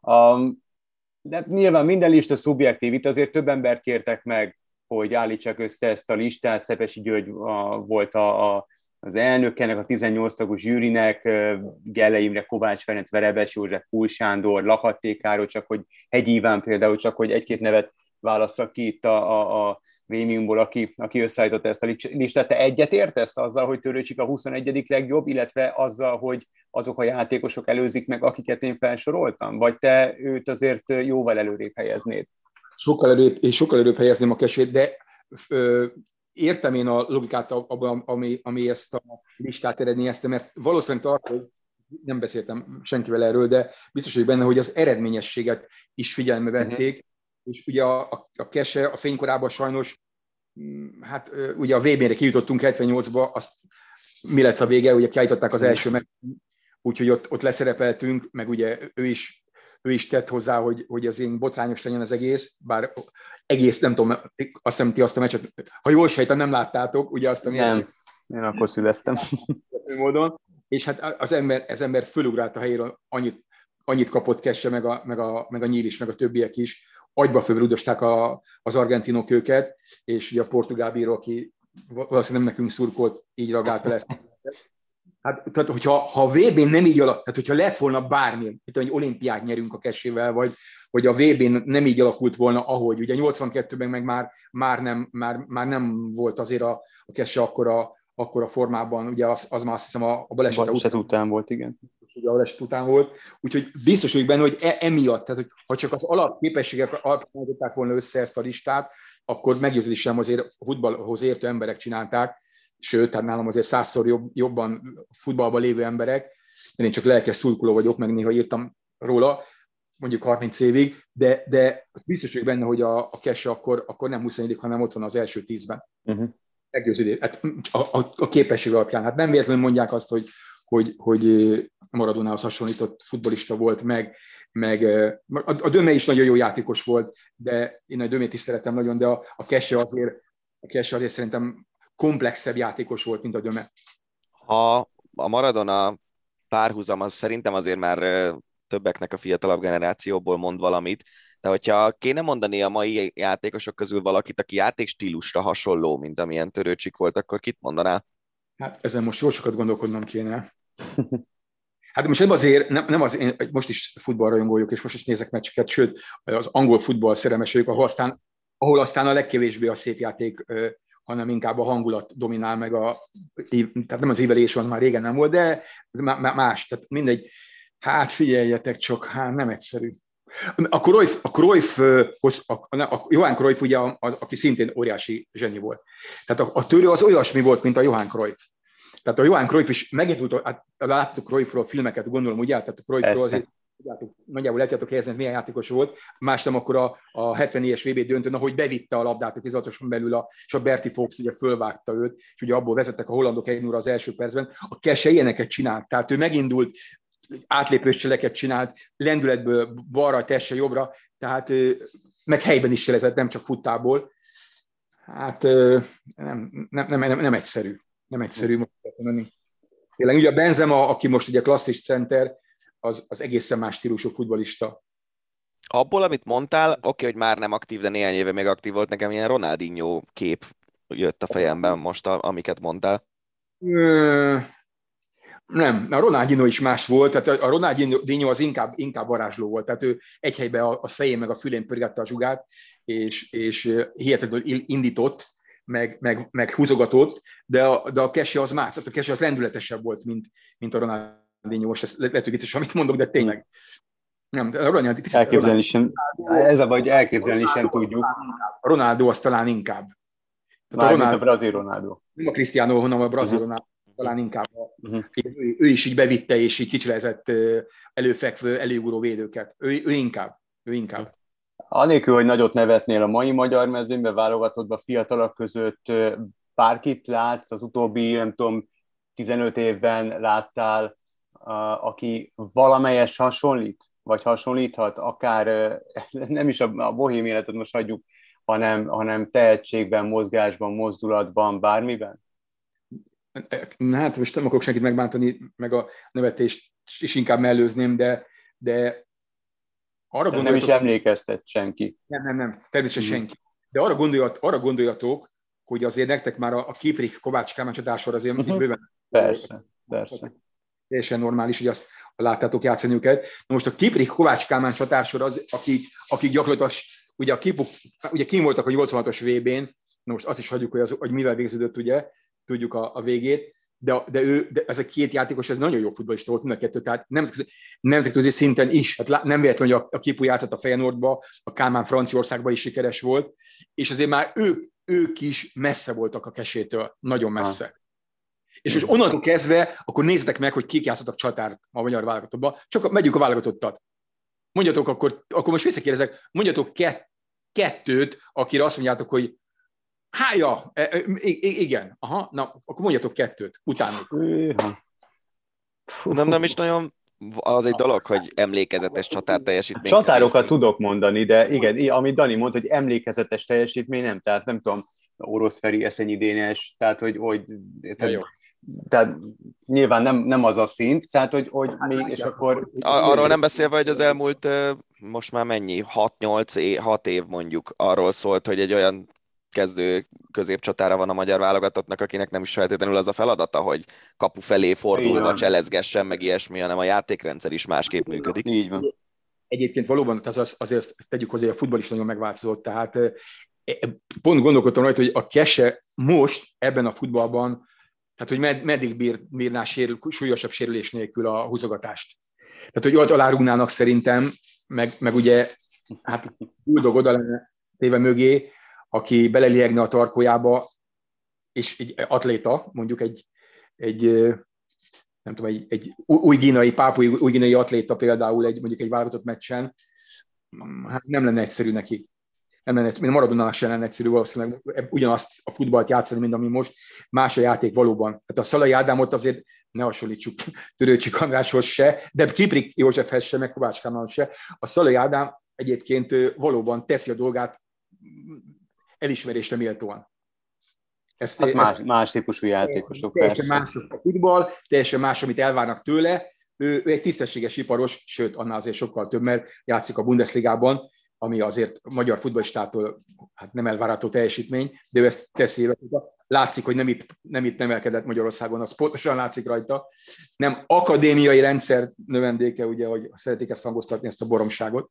De nyilván minden lista szubjektív, itt azért több embert kértek meg, hogy állítsák össze ezt a listát. Szepesi György volt az elnök ennek a 18 tagos zsűrinek, Gelle Imre, Kovács Ferenc, Verebes József, Kúl Sándor, Lakatté Károly, csak hogy Hegy Iván például, csak hogy egy-két nevet válasszak ki itt a Vémiumból, aki összeállította ezt a listát. Te egyet értesz azzal, hogy Törőcsik a 21. legjobb, illetve azzal, hogy azok a játékosok előzik meg, akiket én felsoroltam? Vagy te őt azért jóval előrébb helyeznéd? Sokkal előrébb helyezném a Kessét, de értem én a logikát abban, ami ezt a listát eredményezte, mert valószínűleg tartom, nem beszéltem senkivel erről, de biztos vagyok benne, hogy az eredményességet is figyelembe vették, és ugye a Kesse a fénykorában sajnos, hát ugye a VB-re kijutottunk 78-ba, azt mi lett a vége, ugye kiállították az első meg, úgyhogy ott leszerepeltünk, meg ugye ő is tett hozzá, hogy az én botrányos legyen az egész, bár egész, nem tudom, azt hiszem, ti azt a meccset, ha jól sejtem, nem láttátok, ugye azt a... Nem, én akkor születtem. Módon, és hát az ember fölugrált a helyéről, annyit kapott Kesse, meg a Nyíl is, meg a többiek is, agyba fölrúdosták az argentinok őket, és ugye a portugál bíró, aki valószínűleg nem nekünk szurkolt, így reagálta le ezt. Hát, tehát, hogyha a VB-n nem így tehát hogyha lett volna bármi, mint hogy olimpiát nyerünk a Kesével, vagy a VB-n nem így alakult volna, ahogy ugye 82-ben meg már nem volt azért a Kese akkora formában, ugye az már azt hiszem a baleset után volt, igen. Ugye a baleset után volt, úgyhogy biztos vagyok benne, hogy emiatt, tehát hogy ha csak az alapképességek alapították volna össze ezt a listát, akkor meggyőződésem azért a futballhoz értő emberek csinálták, sőt, tehát nálam azért 100-szor jobban futballban lévő emberek, én csak lelkes szurkoló vagyok, meg néha írtam róla, mondjuk 30 évig, de biztos vagyok benne, hogy a Kese akkor nem 21, hanem ott van az első 10-ben. Uh-huh. Meggyőződés. Hát a képesség alapján. Hát nem véletlenül mondják azt, hogy Maradonához hasonlított futballista volt, meg a Döme is nagyon jó játékos volt, de én a Dömét is szeretem nagyon, de a Kese azért szerintem komplexebb játékos volt, mint a Döme. A Maradona párhuzam az szerintem azért már többeknek a fiatalabb generációból mond valamit, de hogyha kéne mondani a mai játékosok közül valakit, aki játékstílusra hasonló, mint amilyen Törőcsik volt, akkor kit mondanál? Hát ezen most jó sokat gondolkodnom kéne. Hát most nem azért, most is futballrajongó vagyok, és most is nézek meccseket, sőt, az angol futball szerelmes vagyok, ahol aztán a legkevésbé a szép játék, hanem inkább a hangulat dominál meg tehát nem az ívelés van, már régen nem volt, de más, tehát mindegy. Hát figyeljetek csak, nem egyszerű. A Johan Cruyff ugye, aki szintén óriási zseni volt. Tehát a Törő az olyasmi volt, mint a Johan Cruyff. Tehát a Johan Cruyff is megindult, láttuk Cruyffról filmeket, gondolom, ugye? Tehát a Cruyffról azért nagyjából el tudjátok helyezni, milyen játékos volt. Más nem akkor a 70-es VB döntőn, ahogy bevitte a labdát a 16-oson belül, és a Bertie Fox ugye fölvágta őt, és ugye abból vezettek a hollandok 1-0 az első percben. A Kese ilyeneket csinált. Tehát ő megindult, átlépős cseleket csinált, lendületből balra, tesse jobbra, tehát meg helyben is cselezett, nem csak futtából. Hát nem egyszerű. Nem egyszerű most menni. Tényleg, ugye a Benzema, aki most ugye klasszis center, az egészen más stílusú futballista. Abból, amit mondtál, oké, hogy már nem aktív, de néhány éve még aktív volt, nekem ilyen Ronaldinho kép jött a fejemben most, amiket mondtál. Nem, a Ronaldinho is más volt, tehát a Ronaldinho az inkább varázsló volt, tehát ő egy helyben a fején meg a fülén pörgette a zsugát, és hihetetlenül indított, meg húzogatott, de a Kese az más, tehát a Kese az lendületesebb volt, mint a Ronaldinho. Most ez lehet, hogy vicces, amit mondok, de tényleg. Nem, a Ronaldinho... Elképzelni sem. Ez a baj, elképzelni sem tudjuk. A Ronaldo az talán inkább. A brazil Ronaldo. Nem a Cristiano, hanem a brazil Ronaldo. Talán inkább ő is így bevitte, és így kicsilezett előfekvő, előugró védőket. Ő inkább. Anélkül, hogy nagyot nevetnél a mai magyar mezőnyben, válogatottban fiatalok között bárkit látsz az utóbbi, nem tudom, 15 évben láttál, aki valamelyes hasonlít, vagy hasonlíthat, akár nem is a bohém életet most hagyjuk, hanem tehetségben, mozgásban, mozdulatban, bármiben? Hát most nem akarok senkit megbántani, meg a nevetést is inkább mellőzném, de arra gondoljatok... Nem is emlékeztet senki. Nem, természetesen senki. De arra gondoljatok, hogy azért nektek már a Kiprich Kovács Kálmán csatásor azért bőven... Persze. Teljesen normális, hogy azt láttátok játszani őket. Na most a Kiprich Kovács Kálmán csatásor az, akik gyakorlatilag, ugye a Kipuk, ugye kim voltak a 86-os VB-n, na most azt is hagyjuk, hogy mivel végződött, ugye, tudjuk a végét, de ez a két játékos, ez nagyon jó futballista volt, mind a kettő, tehát nemzetközi szinten is, hát nem véletlen, hogy a Kipu játszott a Feyenoordba, a Kálmán Franciaországban is sikeres volt, és azért már ők is messze voltak a Kesétől, nagyon messze. És most onnantól kezdve, akkor nézzetek meg, hogy kik játszottak csatárt a magyar válogatottba, csak megyünk a válogatottat. Mondjatok akkor most visszakérdezek, mondjatok kettőt, akire azt mondjátok, hogy igen, na, akkor mondjatok kettőt, utánuk. Nem is nagyon az egy dolog, hogy emlékezetes csatárteljesítmény. Csatárokat tudok mondani, de igen, amit Dani mondta, hogy emlékezetes teljesítmény nem, tehát nem tudom, Orosz Feri, Eszenyi Dénes, tehát tehát nyilván nem az a szint, tehát hogy még, és akkor... Arról nem beszélve, hogy az elmúlt most már mennyi, 6 év mondjuk arról szólt, hogy egy olyan kezdő középcsatára van a magyar válogatottnak, akinek nem is feltétlenül az a feladata, hogy kapu felé fordulva cselezgessen, meg ilyesmi, hanem a játékrendszer is másképp működik. Így van. Egyébként valóban azért tegyük hozzá, hogy a futball is nagyon megváltozott, tehát pont gondolkodtam rajta, hogy a Kese most ebben a futballban, tehát hogy meddig bírná súlyosabb sérülés nélkül a húzogatást. Tehát, hogy ott alárugnának szerintem, meg ugye, hát Buldog oda lenne téve mögé, aki beleliegne a tarkójába, és egy atléta, mondjuk egy nem tudom, egy új gínai atléta például mondjuk egy válogatott meccsen, hát nem lenne egyszerű neki. Nem lenne, mint Maradonának sem lenne egyszerű valószínűleg ugyanazt a futballt játszani, mint ami most. Más a játék valóban. Hát a Szalai Ádámot azért ne hasonlítsuk Törőcsik Andráshoz se, de Kiprik Józsefhez se, meg Kovács Kálmánhoz se. A Szalai Ádám egyébként valóban teszi a dolgát elismerésre méltóan. Más típusú játékosok. Teljesen más a futball, teljesen más, amit elvárnak tőle. Ő egy tisztességes iparos, sőt, annál azért sokkal több, mert játszik a Bundesligában, ami azért a magyar futballistától hát nem elvárható teljesítmény, de ő ezt teszi évek óta. Látszik, hogy nem itt nevelkedett Magyarországon, az pontosan látszik rajta. Nem akadémiai rendszer növendéke, ugye, hogy szeretik ezt hangoztatni, ezt a boromságot.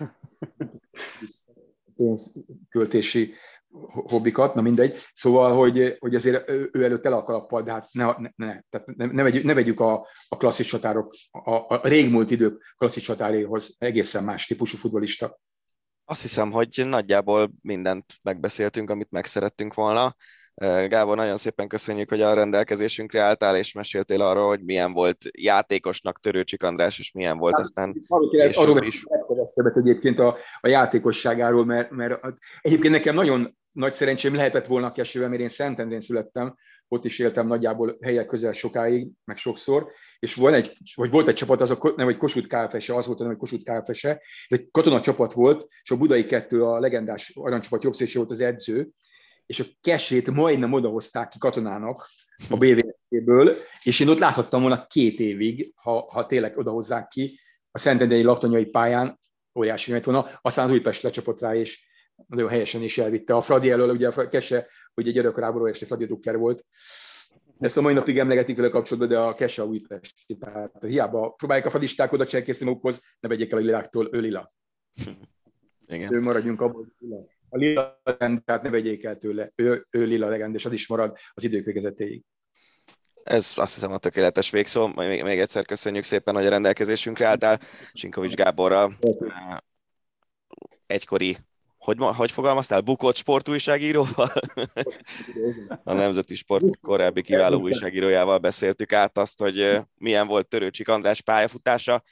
Pénzköltési hobbikat, na mindegy. Szóval, hogy azért ő előtt el a kalappal, de hát ne vegyük a klasszis csatárok, a régmúlt idők klasszis csatáréhoz, egészen más típusú futballista. Azt hiszem, hogy nagyjából mindent megbeszéltünk, amit megszerettünk volna. Gábor, nagyon szépen köszönjük, hogy a rendelkezésünkre álltál, és meséltél arról, hogy milyen volt játékosnak Törőcsik András, és milyen volt aztán arról is. Egyébként a játékosságáról, mert egyébként nekem nagyon nagy szerencsém lehetett volna a Kesővel, mert én Szentendrén születtem, ott is éltem nagyjából helyek közel sokáig, meg sokszor, és volt egy csapat, az nem, hogy Kossuth KFS-e, az volt, nem, hogy Kossuth KFS-e, ez egy katona csapat volt, és a Budai 2, a legendás aranycsapat jobbszélső volt az edző, és a Kesét majdnem odahozták ki katonának a BVSC-ből, és én ott láthattam volna 2 évig, ha tényleg odahozzák ki, a szentendrei laktanyai pályán, óriási lett volna, aztán az Újpest lecsapott rá, és nagyon helyesen is elvitte. A Fradi elől, ugye a Kese, ugye gyerekkorában óriási Fradi Drucker volt. Ezt a mai napig emlegetik vele kapcsolatban, de a Kese a Újpesti. Tehát hiába próbálják a fradisták oda cserkészni magukhoz, ne vegyék el a liláktól, ő lila. Igen. Ő maradjunk abban, a lila legend, tehát ne vegyék el tőle, ő lila legend, és az is marad az idők végezetéig. Ez azt hiszem a tökéletes végszó. Még egyszer köszönjük szépen, hogy a rendelkezésünkre álltál. Sinkovics Gáborral egykori, hogy fogalmaztál, bukott sportújságíróval? A Nemzeti Sport korábbi kiváló újságírójával beszéltük át azt, hogy milyen volt Törőcsik András pályafutása.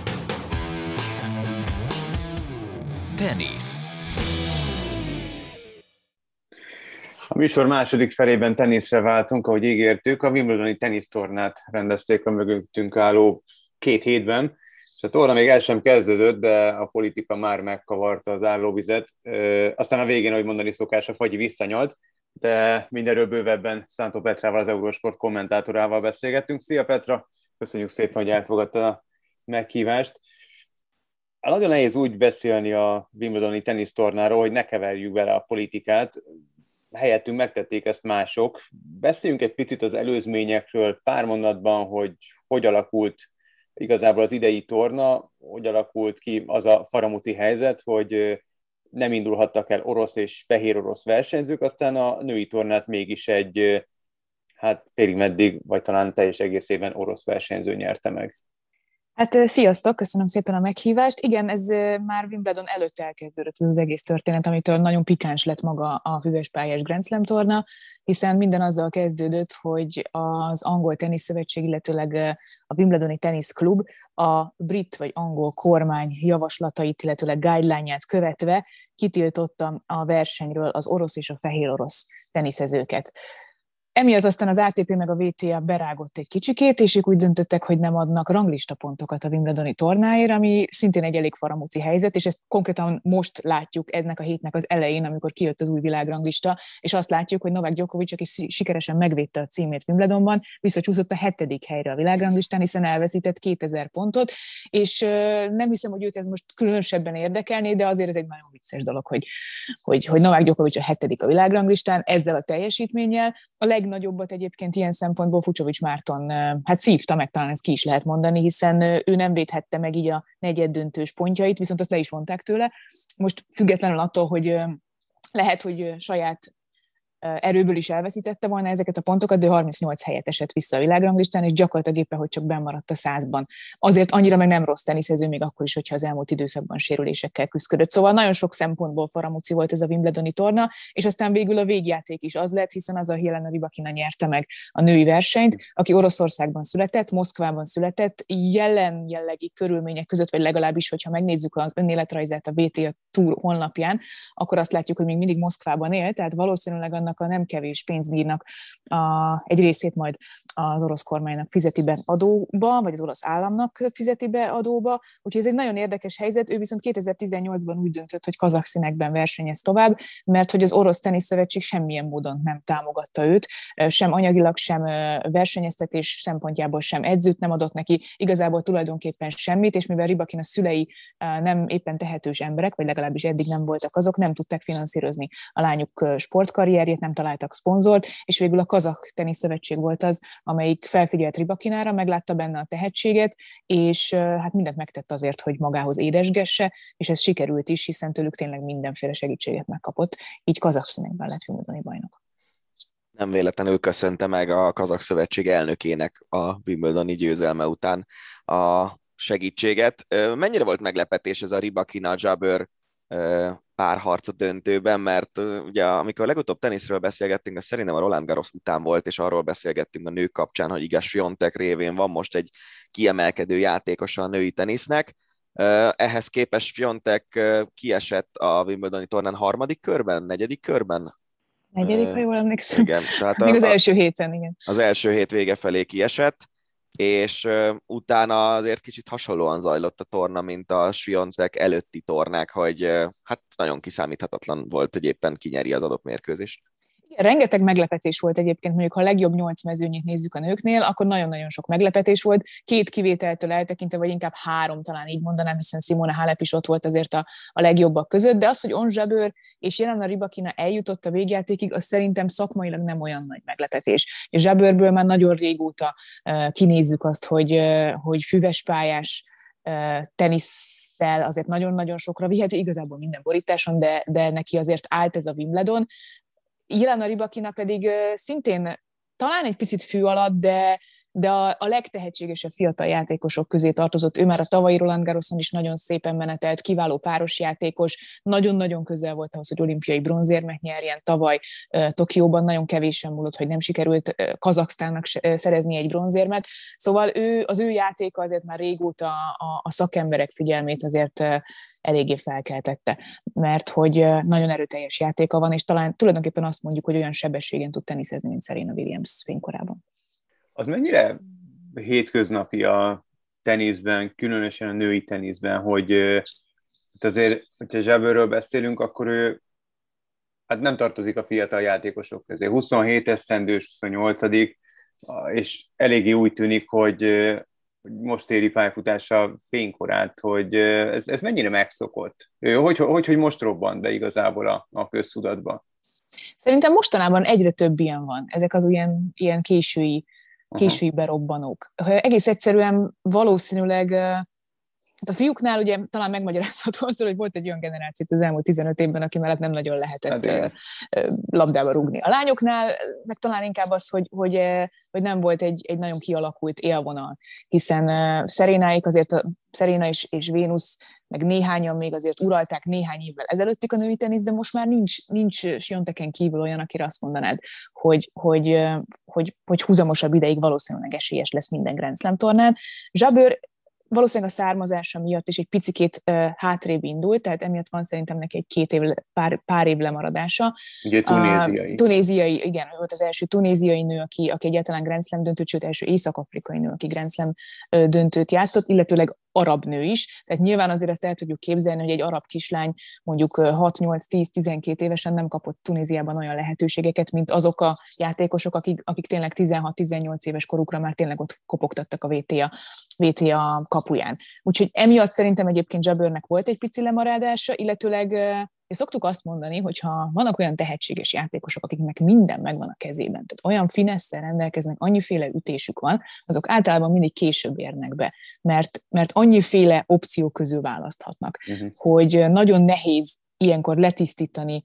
Tenisz. A műsor második felében teniszre váltunk, ahogy ígértük. A Wimbledoni tenisztornát rendezték a mögöttünk álló 2 hétben. És a torna még el sem kezdődött, de a politika már megkavarta az állóvizet. Aztán a végén, ahogy mondani szokás, a fagyi visszanyalt, de mindenről bővebben Szántó Petrával, az Eurosport kommentátorával beszélgettünk. Szia Petra, köszönjük szépen, hogy elfogadta a meghívást. Nagyon nehéz úgy beszélni a Wimbledoni tenisztornáról, hogy ne keverjük bele a politikát. Helyettünk megtették ezt mások. Beszéljünk egy picit az előzményekről, pár mondatban, hogy alakult igazából az idei torna, hogy alakult ki az a faramuci helyzet, hogy nem indulhattak el orosz és fehér orosz versenyzők, aztán a női tornát mégis egy, félig meddig, vagy talán teljes egészében orosz versenyző nyerte meg. Hát sziasztok, köszönöm szépen a meghívást. Igen, ez már Wimbledon előtt elkezdődött az egész történet, amitől nagyon pikáns lett maga a füvespályás Grand Slam torna, hiszen minden azzal kezdődött, hogy az angol teniszszövetség, illetőleg a Wimbledoni teniszklub a brit vagy angol kormány javaslatait, illetőleg guideline-ját követve kitiltotta a versenyről az orosz és a fehér orosz teniszezőket. Emiatt aztán az ATP meg a WTA berágott egy kicsikét, és ők úgy döntöttek, hogy nem adnak ranglista pontokat a Wimbledoni tornáért, ami szintén egy elég faramúci helyzet, és ezt konkrétan most látjuk ennek a hétnek az elején, amikor kijött az új világranglista, és azt látjuk, hogy Novák Djokovic, aki sikeresen megvédte a címét Wimbledonban, visszacsúszott a 7. helyre a világranglistán, hiszen elveszített 2000 pontot, és nem hiszem, hogy őt ez most különösebben érdekelné, de azért ez egy nagyon vicces dolog, hogy Novák Djokovic a 7. a világranglistán ezzel a teljesítménnyel. A legnagyobbat egyébként ilyen szempontból Fucsovics Márton szívta meg, talán ezt ki is lehet mondani, hiszen ő nem védhette meg így a negyeddöntős pontjait, viszont azt le is vonták tőle. Most függetlenül attól, hogy lehet, hogy saját erőből is elveszítette volna ezeket a pontokat, de 38 helyet esett vissza a világranglistán, és gyakorlatilag éppen, hogy csak bennmaradt a 100-ban. Azért annyira meg nem rossz teniszező, még akkor is, hogyha az elmúlt időszakban sérülésekkel küzdött. Szóval nagyon sok szempontból faramúci volt ez a Wimbledoni torna, és aztán végül a végjáték is az lett, hiszen az a Jelena Rybakina nyerte meg a női versenyt, aki Oroszországban született, Moszkvában született, jellegi körülmények között, vagy legalábbis, hogyha megnézzük az önéletrajzát a WTA Tour honlapján, akkor azt látjuk, hogy még mindig Moszkvában él, tehát valószínűleg annak a nem kevés pénzdíjnak egy részét majd az orosz kormánynak fizeti be adóba, vagy az orosz államnak fizeti be adóba, úgyhogy ez egy nagyon érdekes helyzet. Ő viszont 2018-ban úgy döntött, hogy kazakh színekben versenyez tovább, mert hogy az Orosz Teniszszövetség semmilyen módon nem támogatta őt, sem anyagilag, sem versenyeztetés szempontjából sem edzőt nem adott neki, igazából tulajdonképpen semmit, és mivel Rybakina szülei nem éppen tehetős emberek, vagy legalábbis eddig nem voltak azok, nem tudták finanszírozni a lányuk sportkarrierjét, nem találtak szponzort, és végül a Kazakh Teniszszövetség volt az, amelyik felfigyelt Rybakinára, meglátta benne a tehetséget, és hát mindent megtett azért, hogy magához édesgesse, és ez sikerült is, hiszen tőlük tényleg mindenféle segítséget megkapott, így kazakh színekben lett Wimbledoni bajnok. Nem véletlenül köszönte meg a Kazakh Szövetség elnökének a Wimbledoni győzelme után a segítséget. Mennyire volt meglepetés ez a Rybakina-Jabeur párharc a döntőben, mert ugye amikor legutóbb teniszről beszélgettünk, az szerintem a Roland Garros után volt, és arról beszélgettünk a nők kapcsán, hogy Iga Swiatek révén van most egy kiemelkedő játékosa a női tenisznek. Ehhez képest Swiatek kiesett a Wimbledoni tornán 3. körben, 4. körben? 4., ha jól emlékszem. Igen, tehát még az első héten, igen. Az első hét vége felé kiesett, és utána azért kicsit hasonlóan zajlott a torna, mint a Swiatek előtti tornák, hogy hát nagyon kiszámíthatatlan volt, hogy éppen kinyeri az adott mérkőzést. Rengeteg meglepetés volt egyébként, mondjuk ha a legjobb 8 mezőnyét nézzük a nőknél, akkor nagyon-nagyon sok meglepetés volt, 2 kivételtől eltekintve, vagy inkább 3, talán így mondanám, hiszen Simona Halep is ott volt azért a legjobbak között, de az, hogy Ons Jabeur és Jelena Rybakina eljutott a végjátékig, az szerintem szakmailag nem olyan nagy meglepetés. És Jabeurből már nagyon régóta kinézzük azt, hogy füvespályás tenisszel azért nagyon-nagyon sokra viheti, igazából minden borításon, de neki azért állt ez a Wimbledon. Jelena Rybakina pedig szintén talán egy picit fű alatt, de a legtehetségesebb fiatal játékosok közé tartozott. Ő már a tavalyi Roland Garroson is nagyon szépen menetelt, kiváló párosjátékos, nagyon-nagyon közel volt ahhoz, hogy olimpiai bronzérmet nyerjen. Tavaly Tokióban nagyon kevésen múlott, hogy nem sikerült Kazaksztánnak szerezni egy bronzérmet. Szóval az ő játéka azért már régóta a szakemberek figyelmét azért eléggé felkeltette, mert hogy nagyon erőteljes játéka van, és talán tulajdonképpen azt mondjuk, hogy olyan sebességen tud teniszezni, mint Serena Williams fénykorában. Az mennyire hétköznapi a teniszben, különösen a női teniszben, hogy azért, hogyha Jabeurről beszélünk, akkor ő hát nem tartozik a fiatal játékosok közé. 27 esztendős, 28, és eléggé úgy tűnik, hogy most éri pályafutása fénykorát, hogy ez mennyire megszokott? Hogy most robbant be igazából a köztudatba? Szerintem mostanában egyre több ilyen van. Ezek az ilyen késői berobbanók. Egész egyszerűen valószínűleg a fiúknál ugye talán megmagyarázható azzal, hogy volt egy olyan generáció az elmúlt 15 évben, aki mellett nem nagyon lehetett labdába rúgni. A lányoknál meg talán inkább az, hogy nem volt egy nagyon kialakult élvonal, hiszen Serenáik azért, Serena és Vénusz, meg néhányan még azért uralták néhány évvel ezelőttig a női tenisz, de most már nincs Swiateken kívül olyan, akire azt mondanád, hogy húzamosabb ideig valószínűleg esélyes lesz minden Grand Slam tornán. Jabeur valószínűleg a származása miatt is egy picikét hátrébb indult, tehát emiatt van szerintem neki egy pár év lemaradása. Ugye tunéziai. Tunéziai, igen, ő volt az első tunéziai nő, aki egyáltalán Grand Slam döntőt, sőt, első észak-afrikai nő, aki Grand Slam döntőt játszott, illetőleg arab nő is. Tehát nyilván azért ezt el tudjuk képzelni, hogy egy arab kislány mondjuk 6-8-10-12 évesen nem kapott Tunéziában olyan lehetőségeket, mint azok a játékosok, akik tényleg 16-18 éves korukra már tényleg ott kopogtattak a VTA kapuján. Úgyhogy emiatt szerintem egyébként Jabbernek volt egy pici lemaradása, illetőleg szoktuk azt mondani, hogy ha vannak olyan tehetséges játékosok, akiknek minden megvan a kezében, tehát olyan finesszel rendelkeznek, annyiféle ütésük van, azok általában mindig később érnek be, mert annyiféle opció közül választhatnak, hogy nagyon nehéz ilyenkor letisztítani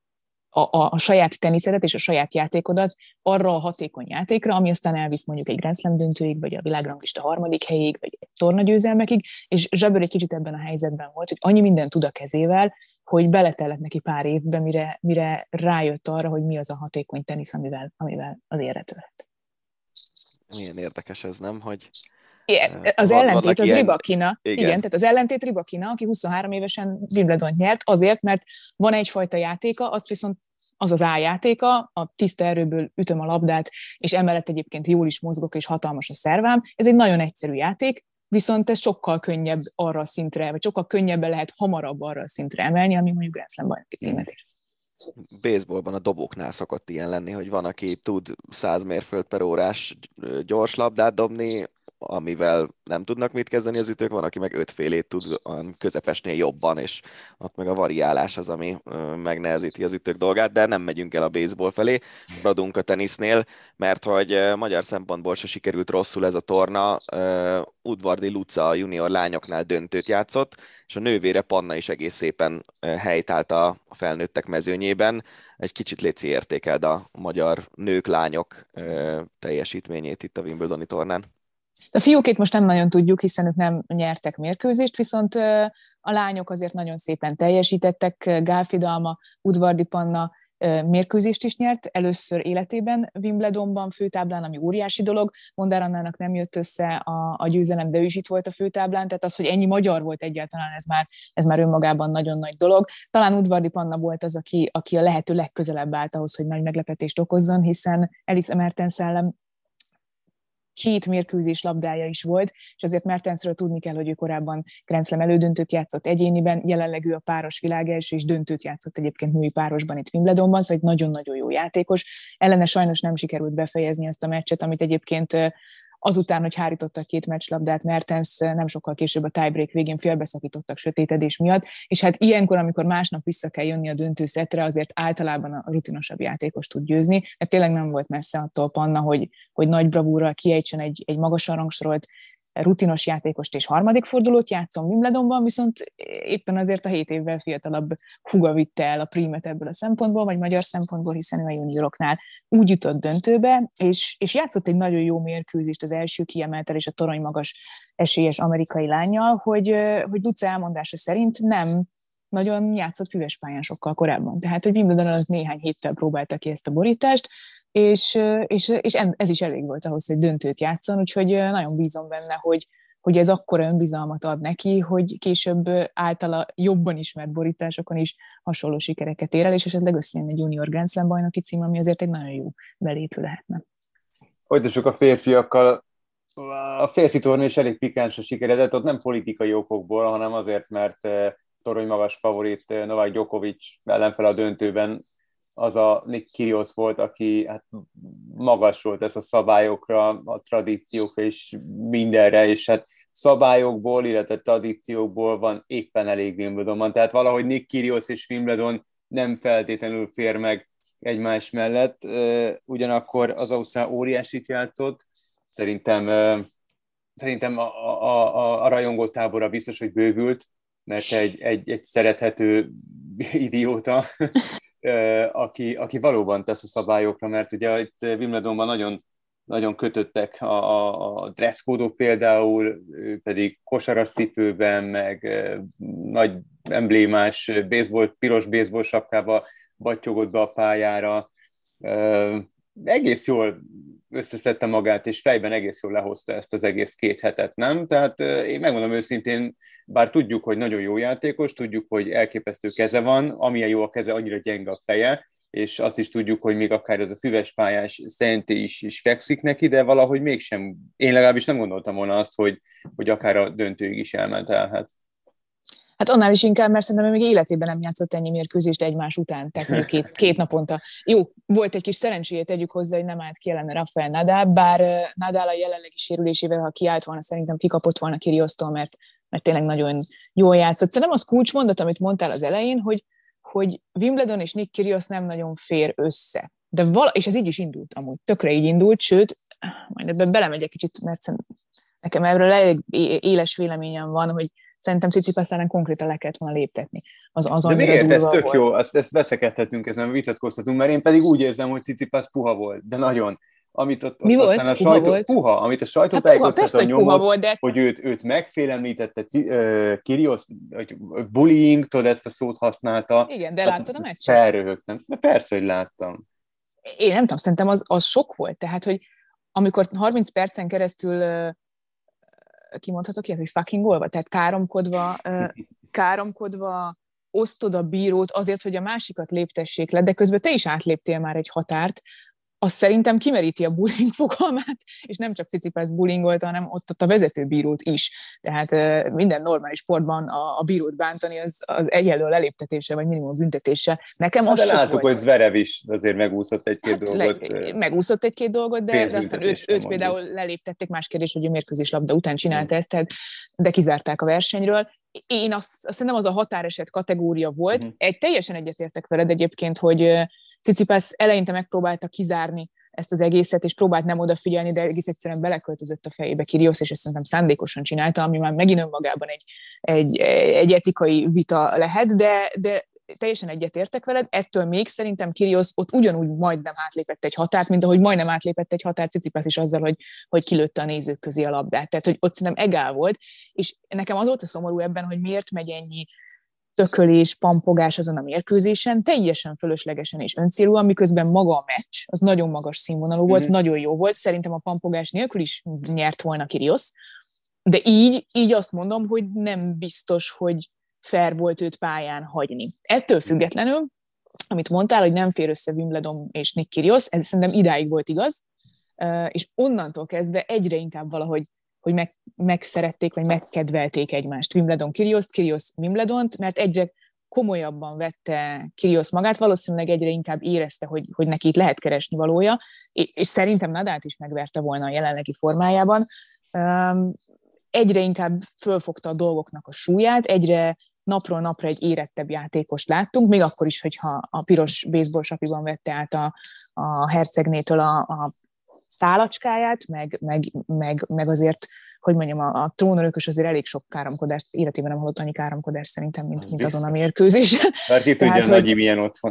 a saját teniszedet és a saját játékodat arra a hatékony játékra, ami aztán elvisz mondjuk egy Grand Slam döntőig, vagy a világranglista 3. helyig, vagy egy tornagyőzelmekig, és Jabber egy kicsit ebben a helyzetben volt, hogy annyi mindent tud a kezével, hogy beletellett neki pár évbe, mire rájött arra, hogy mi az a hatékony tenisz, amivel az érre törhet. Milyen érdekes ez, nem? Hogy az ellentét az ilyen... Rybakina. Igen, tehát az ellentét Rybakina, aki 23 évesen Wimbledont nyert, azért, mert van egyfajta játéka, azt viszont az az A-játéka, a tiszta erőből ütöm a labdát, és emellett egyébként jól is mozgok, és hatalmas a szervám. Ez egy nagyon egyszerű játék, viszont ez sokkal könnyebb arra a szintre, vagy sokkal könnyebben lehet hamarabb arra a szintre emelni, ami mondjuk Grand Slam bajnoki címet is. Baseballban a dobóknál szokott ilyen lenni, hogy van, aki tud 100 mérföld/órás gyors labdát dobni, amivel nem tudnak mit kezdeni az ütők, van, aki meg 5 félét tud a közepesnél jobban, és ott meg a variálás az, ami megnehezíti az ütők dolgát, de nem megyünk el a baseball felé, maradunk a tenisznél, mert hogy magyar szempontból se sikerült rosszul ez a torna. Udvardi Luca a junior lányoknál döntőt játszott, és a nővére Panna is egész szépen helytált a felnőttek mezőnyében. Egy kicsit léci értékeld a magyar nők, lányok teljesítményét itt a Wimbledoni tornán. A fiúkét most nem nagyon tudjuk, hiszen ők nem nyertek mérkőzést, viszont a lányok azért nagyon szépen teljesítettek. Gálfi Dalma, Udvardi Panna mérkőzést is nyert, először életében Wimbledonban főtáblán, ami óriási dolog. Mondár Annának nem jött össze a győzelem, de ő is itt volt a főtáblán, tehát az, hogy ennyi magyar volt egyáltalán, ez már önmagában nagyon nagy dolog. Talán Udvardi Panna volt az, aki a lehető legközelebb állt ahhoz, hogy nagy meglepetést okozzon, hiszen Elise Mertens ellen 2 mérkőzés labdája is volt, és azért Mertensről tudni kell, hogy ő korábban Grand Slam elődöntőt játszott egyéniben, jelenleg ő a páros világelső, és döntőt játszott egyébként női párosban itt Wimbledonban, szóval egy nagyon-nagyon jó játékos. Ellene sajnos nem sikerült befejezni ezt a meccset, amit egyébként azután, hogy hárítottak 2 meccslabdát, Mertens nem sokkal később a tiebreak végén félbeszakítottak sötétedés miatt, és hát ilyenkor, amikor másnap vissza kell jönni a döntőszettre, azért általában a rutinosabb játékos tud győzni, mert tényleg nem volt messze attól Panna, hogy nagy bravúrral kiejtsen egy magasan rangsorolt rutinos játékost és 3. fordulót játszom Wimbledonban, viszont éppen azért a 7 évvel fiatalabb húga vitte el a prímet ebből a szempontból, vagy magyar szempontból, hiszen ő a junioroknál úgy jutott döntőbe, és játszott egy nagyon jó mérkőzést az első kiemeltel és a torony magas esélyes amerikai lánnyal, hogy Luca elmondása szerint nem nagyon játszott füves pályán sokkal korábban. Tehát, hogy Wimbledon alatt néhány héttel próbálta ki ezt a borítást, és ez is elég volt ahhoz, hogy döntőt játszon, úgyhogy nagyon bízom benne, hogy ez akkora önbizalmat ad neki, hogy később általa jobban ismert borításokon is hasonló sikereket ér el, és esetleg összejön egy junior Grand Slam bajnoki cím, ami azért egy nagyon jó belépő lehetne. Folytassuk a férfiakkal. A férfi torna is elég pikáns a sikeredett, ott nem politikai okokból, hanem azért, mert torony magas favorit Novák Djokovic ellenfel a döntőben az a Nick Kyrgios volt, aki hát magas volt ez a szabályokra, a tradíciókra és mindenre, és hát szabályokból, illetve tradíciókból van éppen elég Wimbledonban. Tehát valahogy Nick Kyrgios és Wimbledon nem feltétlenül fér meg egymás mellett, ugyanakkor az Ausztrál óriásit játszott. Szerintem a rajongó tábora biztos, hogy bővült, mert egy szerethető idióta, aki valóban tesz a szabályokra, mert ugye itt Wimbledonban nagyon, nagyon kötöttek a dresszkódok például, ő pedig kosaras cipőben, meg nagy emblémás piros baseball sapkába battyogott be a pályára. Egész jól összeszedte magát, és fejben egész jól lehozta ezt az egész 2 hetet, nem? Tehát én megmondom őszintén, bár tudjuk, hogy nagyon jó játékos, tudjuk, hogy elképesztő keze van, amilyen jó a keze, annyira gyenge a feje, és azt is tudjuk, hogy még akár ez a füves pályás Szenti is fekszik neki, de valahogy mégsem, én legalábbis nem gondoltam volna azt, hogy akár a döntőig is elment el. Hát annál is inkább, mert szerintem még életében nem játszott ennyi mérkőzést egymás után, tehát mondjuk két naponta. Jó, volt egy kis szerencséje, tegyük hozzá, hogy nem állt ki ellene Rafael Nadal, bár Nadal a jelenlegi sérülésével, ha kiállt volna, szerintem kikapott volna Kyrgiostól, mert tényleg nagyon jól játszott. Szerintem az kulcsmondat, amit mondtál az elején, hogy Wimbledon és Nick Kyrgios nem nagyon fér össze. És ez így is indult amúgy, tökre így indult, sőt, majd ebben belemegyek kicsit, mert nekem erről elég éles véleményem van, hogy szerintem Tsitsipas ellen konkrétan le kellett volna léptetni. De miért? Ez tök jó, ezt veszekedhetünk, ezen vitatkoztatunk, mert én pedig úgy érzem, hogy Tsitsipas puha volt, de nagyon. Amit ott mi volt? A sajtó, volt? Puha, amit a sajtótájékoztatón nyomott, volt, de... hogy őt megfélemlítette Kyrgios, hogy bullying, tudod, ezt a szót használta. Igen, de láttad a meccset? Felröhögtem. De persze, hogy láttam. Én nem tudom, szerintem az sok volt. Tehát, hogy amikor 30 percen keresztül kimondhatok ilyet, hogy fucking golva, tehát káromkodva osztod a bírót azért, hogy a másikat léptessék le, de közben te is átléptél már egy határt, az szerintem kimeríti a bullying fogalmát, és nem csak Tsitsipas bullyingolta, hanem ott a vezetőbírót is. Tehát minden normális sportban a bírót bántani az egyenlő leléptetése, vagy minimum büntetése. Nekem az de láttuk, hogy Zverev is azért megúszott egy-két dolgot. Megúszott egy-két dolgot, de aztán őt például leléptették, más kérdés, hogy a mérkőzéslabda után csinálta ezt, de kizárták a versenyről. Én azt szerintem az a határeset kategória volt. Teljesen egyetértek veled egyébként, hogy Tsitsipas eleinte megpróbálta kizárni ezt az egészet, és próbált nem odafigyelni, de egész egyszerűen beleköltözött a fejébe Kyrgios, és ezt szerintem szándékosan csinálta, ami már megint önmagában egy etikai vita lehet, de teljesen egyetértek veled, ettől még szerintem Kyrgios ott ugyanúgy majdnem átlépett egy határt, mint ahogy majdnem átlépett egy határt Tsitsipas is azzal, hogy kilőtte a nézők közé a labdát. Tehát, hogy ott szerintem egál volt, és nekem az volt a szomorú ebben, hogy miért megy ennyi tökölés, pampogás azon a mérkőzésen, teljesen fölöslegesen és öncélúan, miközben maga a meccs, az nagyon magas színvonalú volt, nagyon jó volt, szerintem a pampogás nélkül is nyert volna Kyrgios, de így azt mondom, hogy nem biztos, hogy fair volt őt pályán hagyni. Ettől függetlenül, amit mondtál, hogy nem fér össze Wimbledon és Nick Kyrgios, ez szerintem idáig volt igaz, és onnantól kezdve egyre inkább valahogy hogy megszerették, vagy megkedvelték egymást. Wimbledon Kyrgiost, Kyrgios Wimbledont, mert egyre komolyabban vette Kyrgios magát, valószínűleg egyre inkább érezte, hogy neki itt lehet keresni valója, és szerintem Nadalt is megverte volna a jelenlegi formájában. Egyre inkább fölfogta a dolgoknak a súlyát, egyre napról napra egy érettebb játékost láttunk, még akkor is, hogyha a piros baseball sapiban vette át a hercegnétől a tálacskáját, meg azért, hogy mondjam, a trónörökös azért elég sok káromkodást, életében nem hallott annyi káromkodást szerintem, mint azon a mérkőzésen. Bárki tudja, Nagyi milyen otthon.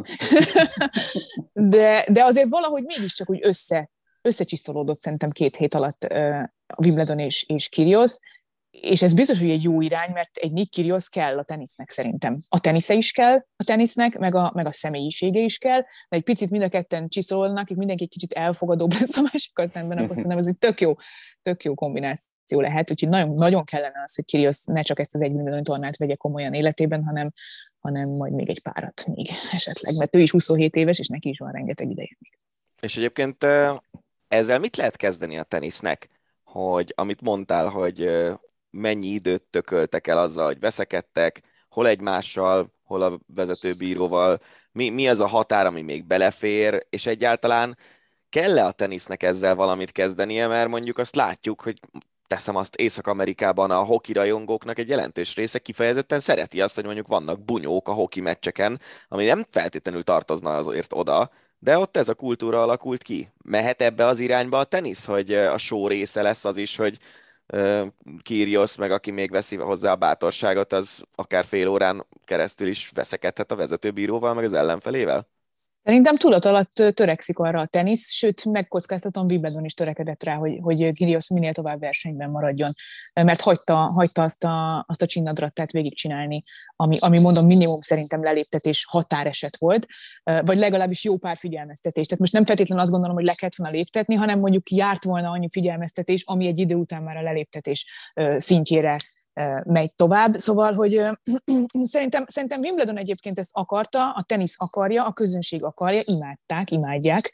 De azért valahogy mégiscsak úgy összecsiszolódott szerintem 2 hét alatt a Wimbledon és Kyrgios, és ez biztos, hogy egy jó irány, mert egy Nick Kyrgios kell a tenisznek szerintem. A tenisze is kell a tenisznek, meg a személyisége is kell, de egy picit mind a ketten csiszolnak, és mindenki egy kicsit elfogadóbb lesz a másikkal szemben, akkor szerintem ez egy tök jó kombináció lehet, úgyhogy nagyon, nagyon kellene az, hogy Kyrgios ne csak ezt az egy Wimbledon tornát vegye komolyan életében, hanem majd még egy párat még esetleg, mert ő is 27 éves, és neki is van rengeteg ideje még. És egyébként ezzel mit lehet kezdeni a tenisznek? Hogy amit mondtál, hogy mennyi időt tököltek el azzal, hogy veszekedtek, hol egymással, hol a vezetőbíróval, mi az a határ, ami még belefér, és egyáltalán kell-e a tenisznek ezzel valamit kezdenie, mert mondjuk azt látjuk, hogy teszem azt, Észak-Amerikában a hoki rajongóknak egy jelentős része kifejezetten szereti azt, hogy mondjuk vannak bunyók a hoki meccseken, ami nem feltétlenül tartozna azért oda, de ott ez a kultúra alakult ki. Mehet ebbe az irányba a tenisz, hogy a show része lesz az is, hogy Kyrgios, meg aki még veszi hozzá a bátorságot, az akár fél órán keresztül is veszekedhet a vezetőbíróval, meg az ellenfelével? Szerintem tudat alatt törekszik arra a tenisz, sőt, megkockáztatom, Wimbledon is törekedett rá, hogy Kyrgios minél tovább versenyben maradjon, mert hagyta azt a csinnadrattát végigcsinálni, ami mondom minimum szerintem leléptetés határeset volt, vagy legalábbis jó pár figyelmeztetés. Tehát most nem feltétlenül azt gondolom, hogy le kellett volna léptetni, hanem mondjuk járt volna annyi figyelmeztetés, ami egy idő után már a leléptetés szintjére megy tovább. Szóval, hogy szerintem Wimbledon egyébként ezt akarta, a tenisz akarja, a közönség akarja, imádják.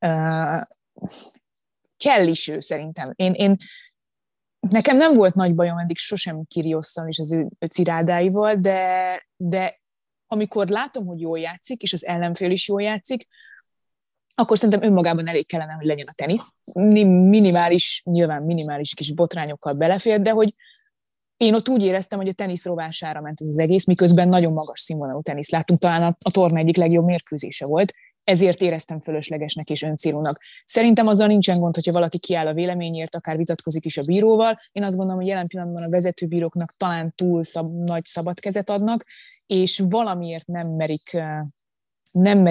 Kell is ő szerintem. Nekem nem volt nagy bajom eddig sosem Kyrgiosszal és az ő cirádáival, de amikor látom, hogy jól játszik, és az ellenfél is jól játszik, akkor szerintem önmagában elég kellene, hogy legyen a tenisz. Nyilván minimális kis botrányokkal belefér, de hogy én ott úgy éreztem, hogy a tenisz rovására ment ez az egész, miközben nagyon magas színvonalú tenisz láttunk, talán a torna egyik legjobb mérkőzése volt, ezért éreztem fölöslegesnek és öncélúnak. Szerintem azzal nincsen gond, hogyha valaki kiáll a véleményért, akár vitatkozik is a bíróval. Én azt gondolom, hogy jelen pillanatban a vezetőbíróknak talán túl nagy szabad kezet adnak, és valamiért nem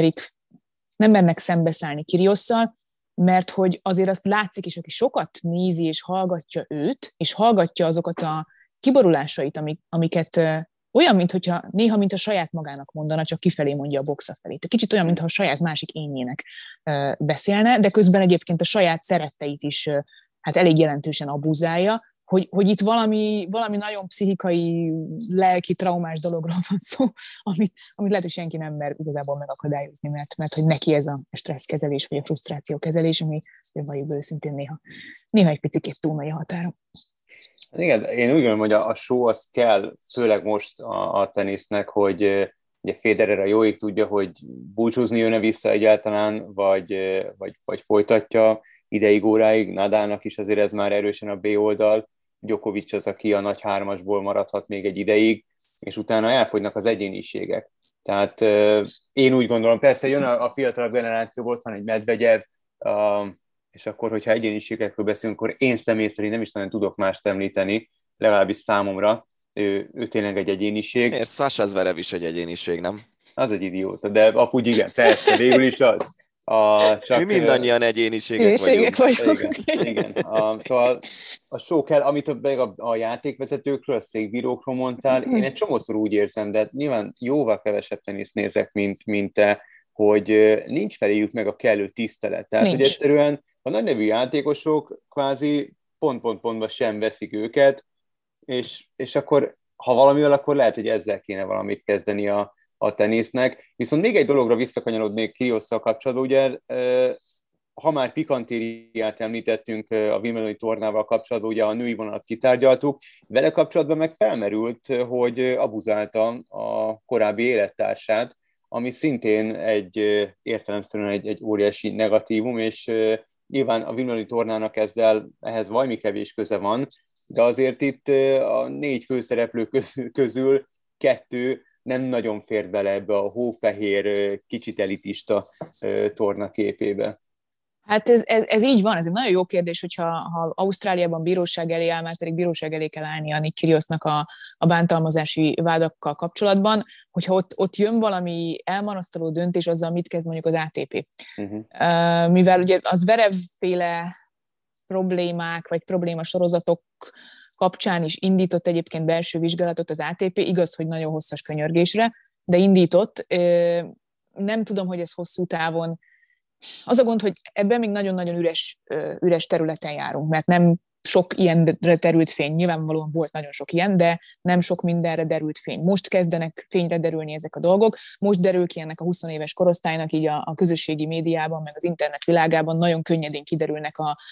mernek szembeszállni Kyrgiosszal, mert hogy azért azt látszik is, aki sokat nézi és hallgatja őt, és hallgatja azokat a kiborulásait, amiket olyan, mintha néha, mint a saját magának mondana, csak kifelé mondja a boxa felé. Kicsit olyan, mintha a saját másik énjének beszélne, de közben egyébként a saját szeretteit is hát elég jelentősen abuzálja, hogy itt valami nagyon pszichikai, lelki, traumás dologról van szó, amit lehet, hogy senki nem mer igazából megakadályozni, mert hogy neki ez a stresszkezelés, vagy a frusztrációkezelés, ami valljuk őszintén néha egy picit túlmegy a határon. Igen, én úgy gondolom, hogy a show az kell, főleg most a tenisznek, hogy ugye Federer a jóig tudja, hogy búcsúzni jön-e vissza egyáltalán, vagy folytatja ideig, óráig. Nadának is azért ez már erősen a B oldal. Djokovic az, aki a nagy hármasból maradhat még egy ideig, és utána elfogynak az egyéniségek. Tehát én úgy gondolom, persze jön a fiatalabb generációból, van egy Medvegyev, és akkor, hogyha egyéniségekről beszélünk, akkor én személy szerint nem is nagyon tudok mást említeni, legalábbis számomra, ő tényleg egy egyéniség. Miért? Sasha Zverev is egy egyéniség, nem? Az egy idióta, de apud igen, persze, végül is az. Mi mindannyian egyéniségek vagyunk. Igen. Szóval a show kell, amit a játékvezetőkről, a székbírókról mondtál, én egy csomószor úgy érzem, de nyilván jóval kevesebb teniszt nézek, mint te, hogy nincs feléjük meg a kellő tisztelet. Tehát, hogy egyszerűen a nagy nevű játékosok kvázi pont-pont-pontban sem veszik őket, és akkor, ha valamivel, akkor lehet, hogy ezzel kéne valamit kezdeni a tenisznek. Viszont még egy dologra visszakanyarodnék Kyrgiosszal kapcsolatban, ugye, ha már pikantériát említettünk a Wimbledoni tornával kapcsolatban, ugye a női vonalat kitárgyaltuk, vele kapcsolatban meg felmerült, hogy abuzálta a korábbi élettársát, ami szintén értelemszerűen egy óriási negatívum, és nyilván a Wimbledoni tornának ehhez valami kevés köze van, de azért itt a 4 főszereplő közül 2 nem nagyon fér bele ebbe a hófehér, kicsit elitista tornaképébe. Hát ez így van, ez egy nagyon jó kérdés, hogyha Ausztráliában bíróság elé áll, már pedig bíróság elé kell állni a Nick Kyrgiosnak a bántalmazási vádakkal kapcsolatban, hogyha ott jön valami elmarasztaló döntés, azzal mit kezd mondjuk az ATP. Uh-huh. Mivel ugye az Zverev-féle problémák, vagy problémasorozatok kapcsán is indított egyébként belső vizsgálatot az ATP, igaz, hogy nagyon hosszas könyörgésre, de indított. Nem tudom, hogy ez hosszú távon. Az a gond, hogy ebben még nagyon-nagyon üres területen járunk, mert nem sok ilyenre derült fény. Nyilvánvalóan volt nagyon sok ilyen, de nem sok mindenre derült fény. Most kezdenek fényre derülni ezek a dolgok, most derül ki ennek a 20 éves korosztálynak így a közösségi médiában, meg az internet világában nagyon könnyedén kiderülnek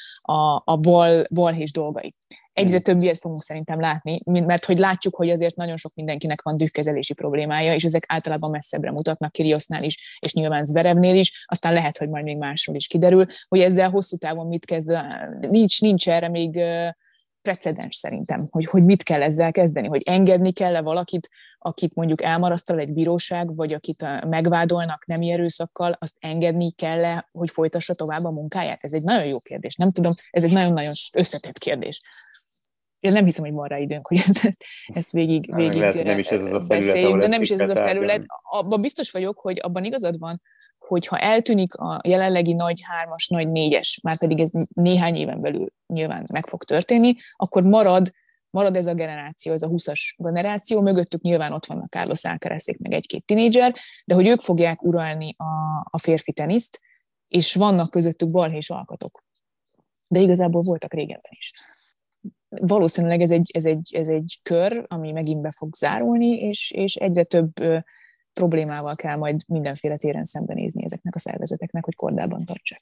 a balhés dolgai. Egyre több ilyet fogunk szerintem látni, mert hogy látjuk, hogy azért nagyon sok mindenkinek van dühkezelési problémája, és ezek általában messzebbre mutatnak Kyrgiosnál is, és nyilván Zverevnél is, aztán lehet, hogy majd még másról is kiderül, hogy ezzel hosszú távon mit kezd, nincs erre még precedens szerintem, hogy mit kell ezzel kezdeni, hogy engedni kell-e valakit, akit mondjuk elmarasztal egy bíróság, vagy akit megvádolnak nemi erőszakkal, azt engedni kell-e, hogy folytassa tovább a munkáját? Ez egy nagyon jó kérdés, nem tudom, ez egy nagyon-nagyon összetett kérdés. Én nem hiszem, hogy van rá időnk, hogy ezt végig lehet, nem is ez az a felület, beszéljünk, de nem is ez az a felület. Abban biztos vagyok, hogy abban igazad van, hogyha eltűnik a jelenlegi nagy 3-as, nagy 4-es, már pedig ez néhány éven belül nyilván meg fog történni, akkor marad ez a generáció, ez a 20-as generáció, mögöttük nyilván ott vannak Carlos Alcarazék, meg egy-két tinédzser, de hogy ők fogják uralni a férfi teniszt, és vannak közöttük balhés alkatok. De igazából voltak régebben is. Valószínűleg ez egy kör, ami megint be fog zárulni, és egyre több problémával kell majd mindenféle téren szembenézni ezeknek a szervezeteknek, hogy kordában tartsák.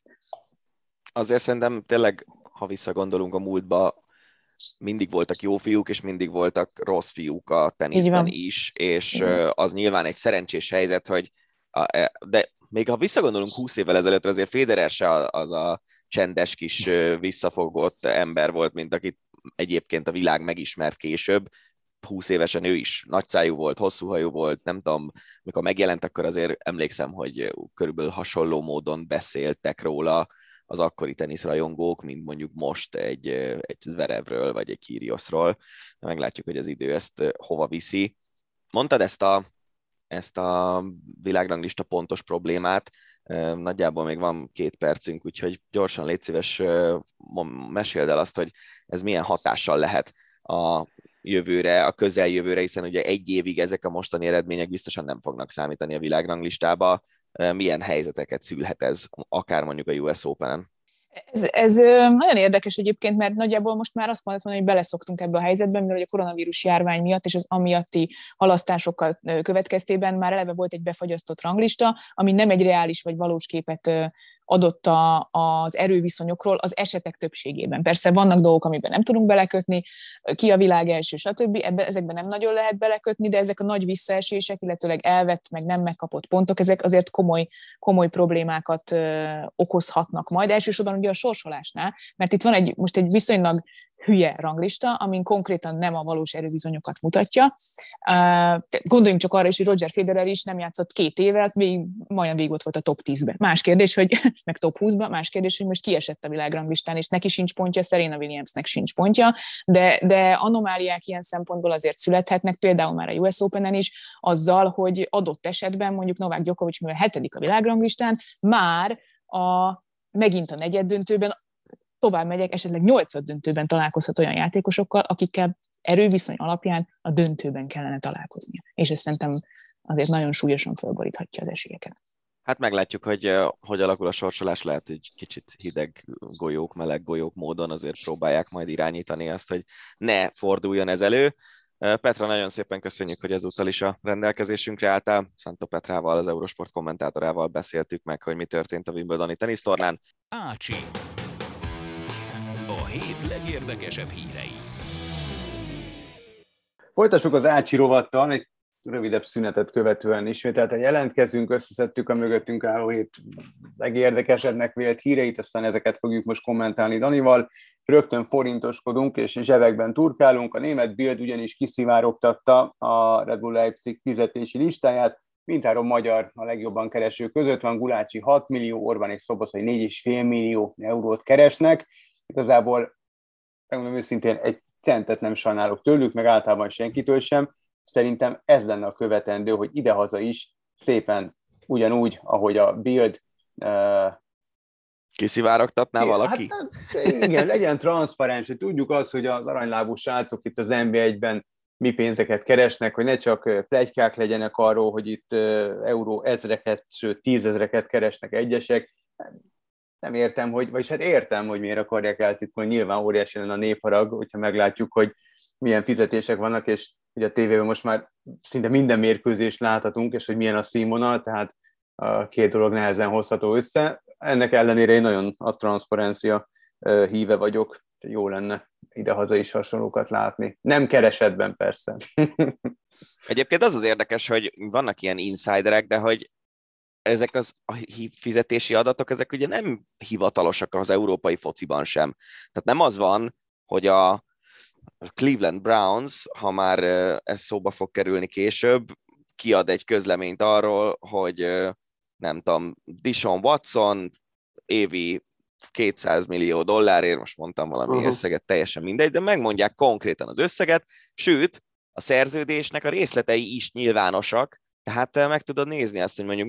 Azért szerintem tényleg, ha visszagondolunk a múltba, mindig voltak jó fiúk, és mindig voltak rossz fiúk a teniszben is, és az nyilván egy szerencsés helyzet, hogy de még ha visszagondolunk 20 évvel ezelőtt, azért Federer se az a csendes kis visszafogott ember volt, mint akit egyébként a világ megismert később. 20 évesen ő is nagyszájú volt, hosszú hajú volt, nem tudom, mikor megjelent, akkor azért emlékszem, hogy körülbelül hasonló módon beszéltek róla az akkori teniszrajongók, mint mondjuk most egy Zverevről, vagy egy Kyrgiosról. Meglátjuk, hogy az idő ezt hova viszi. Mondtad ezt a világranglista pontos problémát, nagyjából még van 2 percünk, úgyhogy gyorsan légy szíves, meséld el azt, hogy ez milyen hatással lehet a jövőre, a közeljövőre, hiszen ugye egy évig ezek a mostani eredmények biztosan nem fognak számítani a világranglistába. Milyen helyzeteket szülhet ez, akár mondjuk a US Open-en? Ez nagyon érdekes egyébként, mert nagyjából most már azt mondhatom, hogy beleszoktunk ebbe a helyzetbe, mivel a koronavírus járvány miatt és az amiatti halasztásokkal következtében már eleve volt egy befagyasztott ranglista, ami nem egy reális vagy valós képet adott az erőviszonyokról az esetek többségében. Persze vannak dolgok, amiben nem tudunk belekötni, ki a világ első, stb. Ezekben nem nagyon lehet belekötni, de ezek a nagy visszaesések, illetőleg elvett, meg nem megkapott pontok, ezek azért komoly problémákat okozhatnak majd. Elsősorban ugye a sorsolásnál, mert itt van most egy viszonylag hülye ranglista, amin konkrétan nem a valós erőviszonyokat mutatja. Gondoljunk csak arra is, hogy Roger Federer is nem játszott 2 éve, az majdnem végig ott volt a top 10-ben. Más kérdés, hogy meg top 20-ban, más kérdés, hogy most kiesett a világranglistán, és neki sincs pontja, Serena Williamsnek sincs pontja, de anomáliák ilyen szempontból azért születhetnek, például már a US Open-en is, azzal, hogy adott esetben mondjuk Novák Djokovic, mivel 7. a világranglistán, már megint a negyeddöntőben tovább megyek, esetleg 8. döntőben találkozhat olyan játékosokkal, akikkel erőviszony alapján a döntőben kellene találkoznia. És ez szerintem azért nagyon súlyosan fölboríthatja az esélyeket. Hát meglátjuk, hogy alakul a sorsolás, lehet, hogy kicsit hideg golyók, meleg golyók módon azért próbálják majd irányítani azt, hogy ne forduljon ez elő. Petra, nagyon szépen köszönjük, hogy ezúttal is a rendelkezésünkre álltál. Szántó Petrával, az Eurosport kommentátorával beszéltük meg, hogy mi történt a Wimbledoni tenisztornán. Ácsi. A hét legérdekesebb hírei. Folytassuk az Ácsi rovattal, egy rövidebb szünetet követően ismételten jelentkezünk, összeszedtük a mögöttünk álló hét legérdekesebbnek vélt híreit, aztán ezeket fogjuk most kommentálni Danival. Rögtön forintoskodunk és zsebekben turkálunk. A német Bild ugyanis kiszivárogtatta a Red Bull Leipzig fizetési listáját. Mindhárom magyar a legjobban kereső között van, Gulácsi 6 millió, Orbán és Szoboszlai 4,5 millió eurót keresnek. Igazából, megmondom őszintén, egy centet nem sajnálok tőlük, meg általában senkitől sem. Szerintem ez lenne a követendő, hogy idehaza is szépen ugyanúgy, ahogy a Bild kiszivárogtatná valaki? Hát, igen, legyen transzparens, hogy tudjuk azt, hogy az aranylábú srácok itt az NB1-ben mi pénzeket keresnek, hogy ne csak pletykák legyenek arról, hogy itt euró ezreket, sőt 10 000-eket keresnek egyesek. Nem értem, vagyis hát értem, hogy miért akarják eltitkolni, nyilván óriási lenne a népharag, hogyha meglátjuk, hogy milyen fizetések vannak, és ugye a tévében most már szinte minden mérkőzést láthatunk, és hogy milyen a színvonal, tehát a 2 dolog nehezen hozható össze. Ennek ellenére én nagyon a transzparencia híve vagyok, jó lenne idehaza is hasonlókat látni. Nem keresetben persze. Egyébként az érdekes, hogy vannak ilyen insiderek, de hogy ezek a fizetési adatok, ezek ugye nem hivatalosak az európai fociban sem. Tehát nem az van, hogy a Cleveland Browns, ha már ez szóba fog kerülni később, kiad egy közleményt arról, hogy nem tudom, Deshaun Watson évi $200 millió, most mondtam valami összeget, teljesen mindegy, de megmondják konkrétan az összeget, sőt, a szerződésnek a részletei is nyilvánosak, tehát meg tudod nézni azt, hogy mondjuk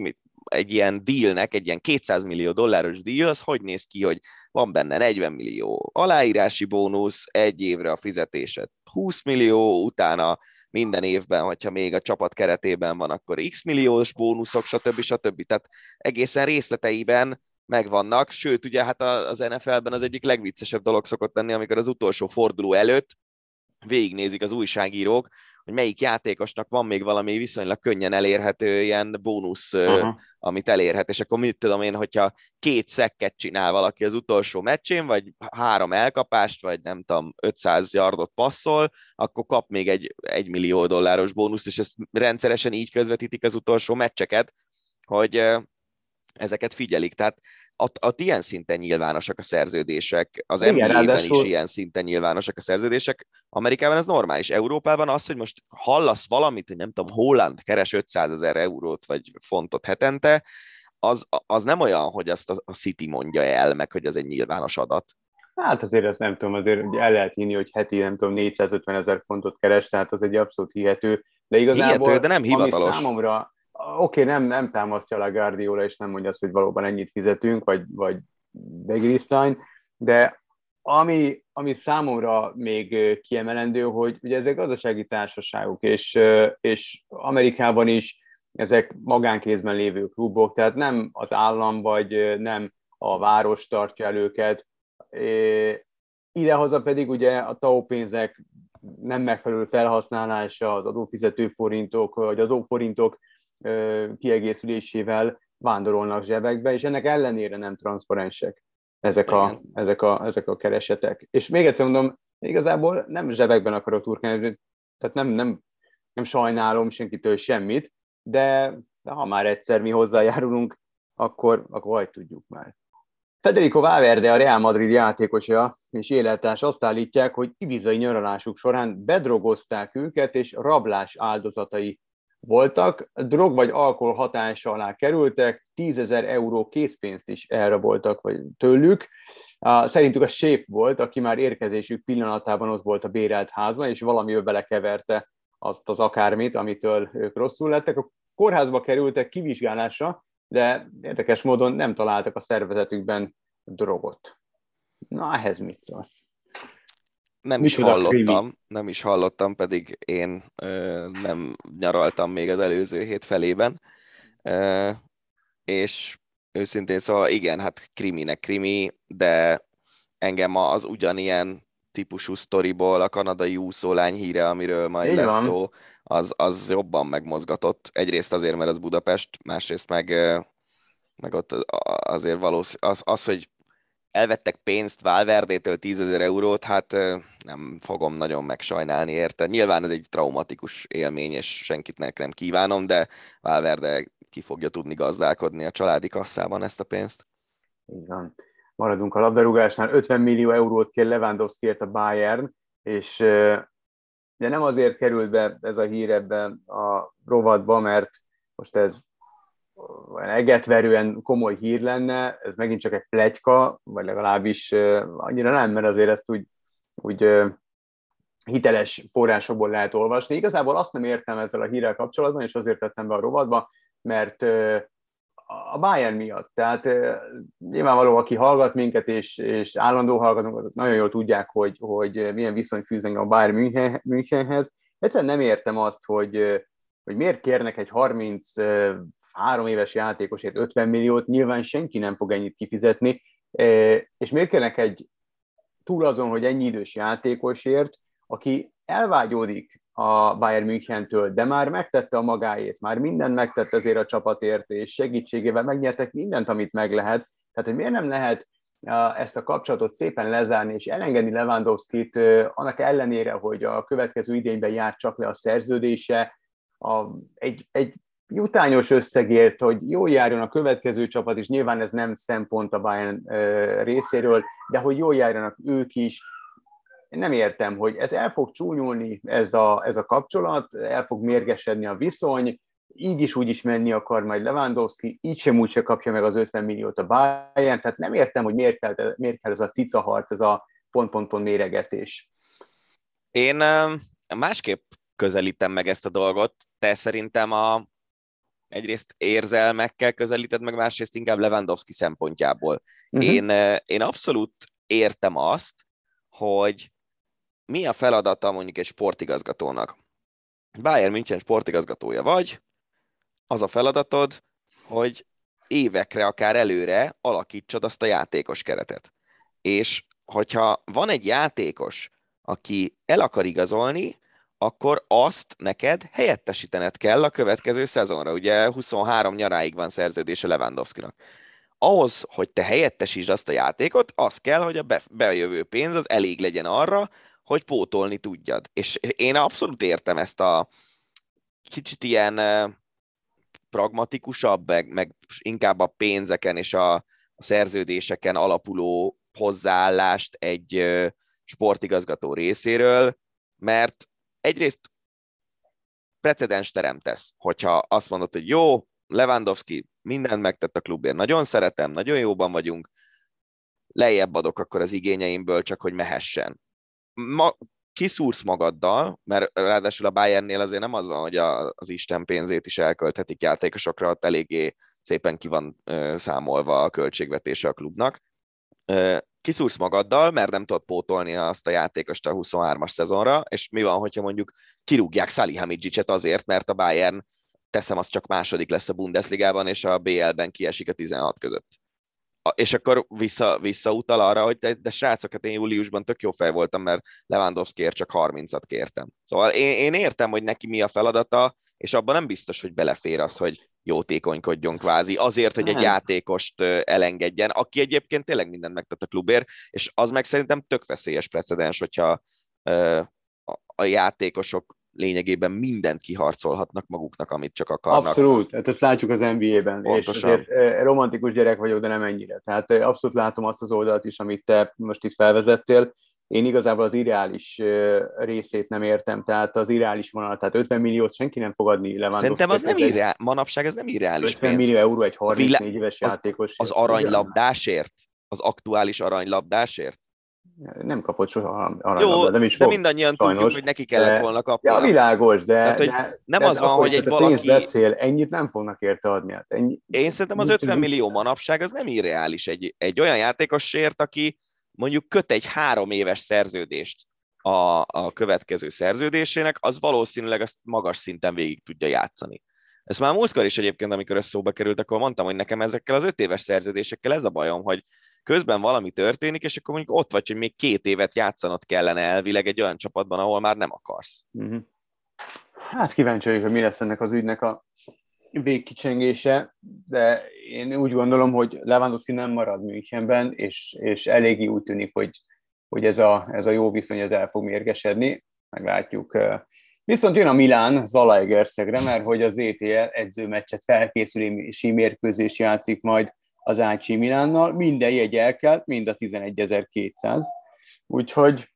egy ilyen dealnek, egy ilyen $200 millió deal, az hogy néz ki, hogy van benne 40 millió aláírási bónusz, egy évre a fizetésed 20 millió, utána minden évben, hogyha még a csapat keretében van, akkor x milliós bónuszok, stb. Tehát egészen részleteiben megvannak, sőt, ugye hát az NFL-ben az egyik legviccesebb dolog szokott lenni, amikor az utolsó forduló előtt végignézik az újságírók, hogy melyik játékosnak van még valami viszonylag könnyen elérhető ilyen bónusz, amit elérhet, és akkor mit tudom én, hogyha 2 szekket csinál valaki az utolsó meccsén, vagy 3 elkapást, vagy nem tudom, 500 yardot passzol, akkor kap még egy $1 millió bónuszt, és ezt rendszeresen így közvetítik az utolsó meccseket, hogy ezeket figyelik. Tehát ott ilyen szinten nyilvánosak a szerződések, az NBA-ben is ilyen szinten nyilvánosak a szerződések. Amerikában ez normális. Európában az, hogy most hallasz valamit, hogy nem tudom, Holland keres 500 000 eurót vagy fontot hetente, az nem olyan, hogy azt a City mondja el, meg hogy az egy nyilvános adat. Hát azért ezt nem tudom, azért el lehet hinni, hogy heti, nem tudom, 450 000 fontot keres, tehát az egy abszolút hihető. De igazából, hihető, de nem hivatalos. Számomra, nem támasztja le Guardiola, és nem mondja azt, hogy valóban ennyit fizetünk, vagy Begrisztány, de ami számomra még kiemelendő, hogy ugye ezek gazdasági társaságok, és Amerikában is ezek magánkézben lévő klubok, tehát nem az állam, vagy nem a város tartja el őket. Idehaza pedig ugye a TAO pénzek nem megfelelő felhasználása, az adófizető forintok, vagy adóforintok kiegészülésével vándorolnak zsebekbe, és ennek ellenére nem transzparensek ezek a keresetek. És még egyszer mondom, igazából nem zsebekben akarok turkálni, tehát nem sajnálom senkitől semmit, de ha már egyszer mi hozzájárulunk, akkor hagyd tudjuk már. Federico Valverde, a Real Madrid játékosa és élettárs azt állítják, hogy ibizai nyaralásuk során bedrogozták őket, és rablás áldozatai voltak, drog vagy alkohol hatása alá kerültek, 10 000 euró készpénzt is elraboltak vagy tőlük. Szerintük a séf volt, aki már érkezésük pillanatában ott volt a bérelt házban, és valamivel belekeverte azt az akármit, amitől ők rosszul lettek. A kórházba kerültek kivizsgálásra, de érdekes módon nem találtak a szervezetükben drogot. Na, ehhez mit szólsz? Nem is hallottam, pedig én nem nyaraltam még az előző hét felében, és őszintén szóval igen, hát kriminek krimi, de engem az ugyanilyen típusú sztoriból a kanadai úszólány híre, amiről majd így lesz van. szó, az jobban megmozgatott. Egyrészt azért, mert az Budapest, másrészt meg ott azért valószínű, az, hogy elvettek pénzt Valverdétől 10 000 eurót, hát nem fogom nagyon megsajnálni érte. Nyilván ez egy traumatikus élmény, és senkit nem kívánom, de Valverde ki fogja tudni gazdálkodni a családi kasszában ezt a pénzt. Így van. Maradunk a labdarúgásnál. 50 millió eurót kér Lewandowskiért a Bayern, és de nem azért került be ez a hír ebben a rovatba, mert most ez egetverően komoly hír lenne, ez megint csak egy pletyka, vagy legalábbis annyira nem, mert azért ezt úgy hiteles forrásokból lehet olvasni. Igazából azt nem értem ezzel a hírrel kapcsolatban, és azért tettem be a rovatba, mert a Bayern miatt. Tehát nyilvánvaló, aki hallgat minket, és állandó hallgatunk, azok nagyon jól tudják, hogy milyen viszony fűz engem a Bayern Münchenhez. Egyszerűen nem értem azt, hogy miért kérnek egy 33 éves játékosért 50 milliót, nyilván senki nem fog ennyit kifizetni, és miért kérnek egy túl azon, hogy ennyi idős játékosért, aki elvágyódik a Bayern Münchentől, de már megtette a magáét, már mindent megtett ezért a csapatért, és segítségével megnyertek mindent, amit meg lehet. Tehát, hogy miért nem lehet ezt a kapcsolatot szépen lezárni, és elengedni Lewandowskit annak ellenére, hogy a következő idényben jár csak le a szerződése, egy jutányos összegért, hogy jól járjon a következő csapat, és nyilván ez nem szempont a Bayern részéről, de hogy jól járjanak ők is. Nem értem, hogy ez el fog csúnyulni, ez a kapcsolat, el fog mérgesedni a viszony, így is úgy is menni akar majd Lewandowski, így sem úgy se kapja meg az 50 milliót a Bayern, tehát nem értem, hogy miért kell ez a cicaharc, ez a pont méregetés. Én másképp közelítem meg ezt a dolgot, te szerintem egyrészt érzelmekkel közelíted meg, másrészt inkább Lewandowski szempontjából. Én abszolút értem azt, hogy mi a feladata mondjuk egy sportigazgatónak. Bayern München sportigazgatója vagy, az a feladatod, hogy évekre, akár előre alakítsad azt a játékos keretet. És hogyha van egy játékos, aki el akar igazolni, akkor azt neked helyettesítened kell a következő szezonra. Ugye 23 nyaráig van szerződése Lewandowskinak. Ahhoz, hogy te helyettesítsd azt a játékot, az kell, hogy a bejövő pénz az elég legyen arra, hogy pótolni tudjad. És én abszolút értem ezt a kicsit ilyen pragmatikusabb, meg inkább a pénzeken és a szerződéseken alapuló hozzáállást egy sportigazgató részéről, mert egyrészt precedens teremtesz, hogyha azt mondod, hogy jó, Lewandowski mindent megtett a klubért, nagyon szeretem, nagyon jóban vagyunk, lejjebb adok akkor az igényeimből, csak hogy mehessen. Kiszúrsz magaddal, mert ráadásul a Bayernnél azért nem az van, hogy az Isten pénzét is elkölthetik játékosokra, ott eléggé szépen ki van számolva a költségvetése a klubnak. Kiszúrsz magaddal, mert nem tudod pótolni azt a játékost a 23-as szezonra, és mi van, hogyha mondjuk kirúgják Salihamidzsicset azért, mert a Bayern, teszem, az csak második lesz a Bundesligában, és a BL-ben kiesik a 16 között. És akkor visszautal arra, hogy de srácokat, én júliusban tök jó fej voltam, mert Lewandowskiért csak 30-at kértem. Szóval én értem, hogy neki mi a feladata, és abban nem biztos, hogy belefér az, hogy jótékonykodjon kvázi, azért, hogy egy játékost elengedjen, aki egyébként tényleg mindent megtett a klubért, és az meg szerintem tök veszélyes precedens, hogyha a játékosok lényegében mindent kiharcolhatnak maguknak, amit csak akarnak. Abszolút, hát ezt látjuk az NBA-ben, pontosan. És azért romantikus gyerek vagyok, de nem ennyire. Tehát abszolút látom azt az oldalt is, amit te most itt felvezettél. Én igazából az irreális részét nem értem, tehát az irreális vonal, tehát 50 milliót senki nem fog adni Lewandowski. Szerintem az nem irreális, manapság ez nem irreális 50 pénz. Millió euró egy 34 éves játékos. Az aranylabdásért? Az aktuális aranylabdásért? Nem kapott soha aranylabdát, nem is fog. De mindannyian tudjuk, hogy neki kellett volna kapni. Ja, világos, de... Tehát, hogy nem az van, hogy egy valaki... beszél, ennyit nem fognak érte adni. Hát én szerintem az 50 millió manapság az nem irreális egy olyan játékosért, aki mondjuk köt egy 3 éves szerződést a következő szerződésének, az valószínűleg azt magas szinten végig tudja játszani. Ezt már múltkor is egyébként, amikor ez szóba került, akkor mondtam, hogy nekem ezekkel az 5 éves szerződésekkel ez a bajom, hogy közben valami történik, és akkor mondjuk ott vagy, hogy még 2 évet játszanod kellene elvileg egy olyan csapatban, ahol már nem akarsz. Hát kíváncsi vagyok, hogy mi lesz ennek az ügynek a végkicsengése, de én úgy gondolom, hogy Lewandowski nem marad Münchenben, és eléggé úgy tűnik, hogy ez a jó viszony ez el fog mérgesedni, meglátjuk. Viszont jön a Milán Zalaegerszegre, mert hogy az ETL edzőmeccset felkészülési mérkőzés játszik majd az AC Milánnal, minden jegy elkelt, mind a 11.200. Úgyhogy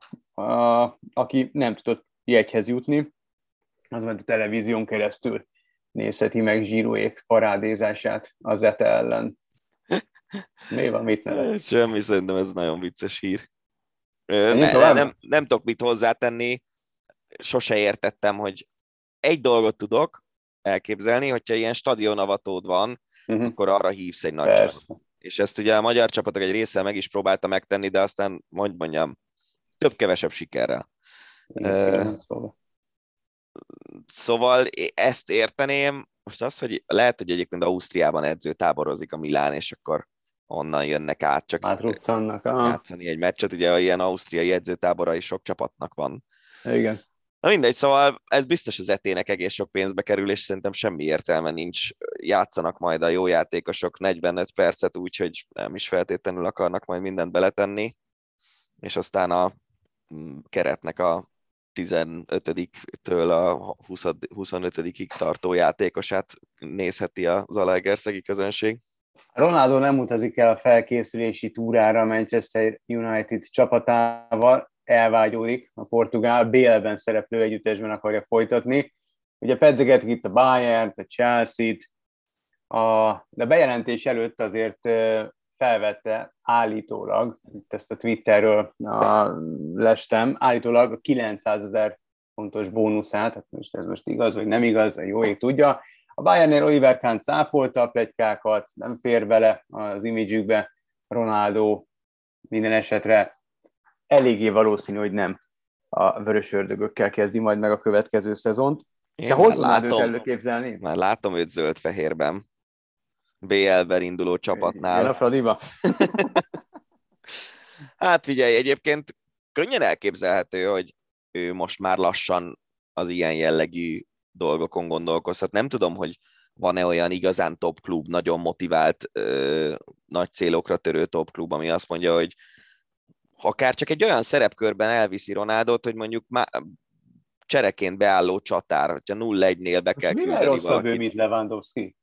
aki nem tudott jegyhez jutni, az majd a televízión keresztül nézheti meg Giroudék parádézását az Zete ellen. Mi van, mit nevet? Semmi, szerintem ez nagyon vicces hír. Nem tudok mit hozzátenni, sose értettem, hogy egy dolgot tudok elképzelni, hogyha ilyen stadionavatód van, akkor arra hívsz egy nagy csapatot. És ezt ugye a magyar csapatok egy része meg is próbálta megtenni, de aztán, mondjam, több-kevesebb sikerrel. Szóval ezt érteném. Most az, hogy lehet, hogy egyébként Ausztriában edzőtáborozik a Milán, és akkor onnan jönnek át csak játszani egy meccset. Ugye ilyen ausztriai edzőtáborai sok csapatnak van. Igen. Na mindegy, szóval ez biztos az etének egész sok pénzbe kerül, és szerintem semmi értelme nincs. Játszanak majd a jó játékosok 45 percet úgy, hogy nem is feltétlenül akarnak majd mindent beletenni, és aztán a keretnek a 15-től a 25-ig tartó játékosát nézheti a zalaegerszegi közönség. Ronaldo nem utazik el a felkészülési túrára a Manchester United csapatával, elvágyódik, a portugál BL-ben szereplő együttesben akarja folytatni. Ugye pedzegetik itt a Bayern-t, a Chelsea-t, de bejelentés előtt azért felvette állítólag, ezt a Twitterről lestem, állítólag a 900 000 fontos bónuszát, hát ez most igaz, vagy nem igaz, jó ég tudja, A Bayernnél Oliver Kahn cáfolta a pletykákat, nem fér bele az imidzsükbe. Ronaldo minden esetre eléggé valószínű, hogy nem a vörös ördögökkel kezdi majd meg a következő szezont. Én de hol tudnád őt előképzelni? Már látom őt zöld-fehérben. BL-ben induló csapatnál. Jön a Fradiba? Hát figyelj, egyébként könnyen elképzelhető, hogy ő most már lassan az ilyen jellegű dolgokon gondolkozhat. Nem tudom, hogy van-e olyan igazán top klub, nagyon motivált, nagy célokra törő top klub, ami azt mondja, hogy akár csak egy olyan szerepkörben elviszi Ronaldot, hogy mondjuk már csereként beálló csatár, hogyha 0-1-nél be kell küldeni valakit. Mivel rosszabb ő, mint Lewandowski?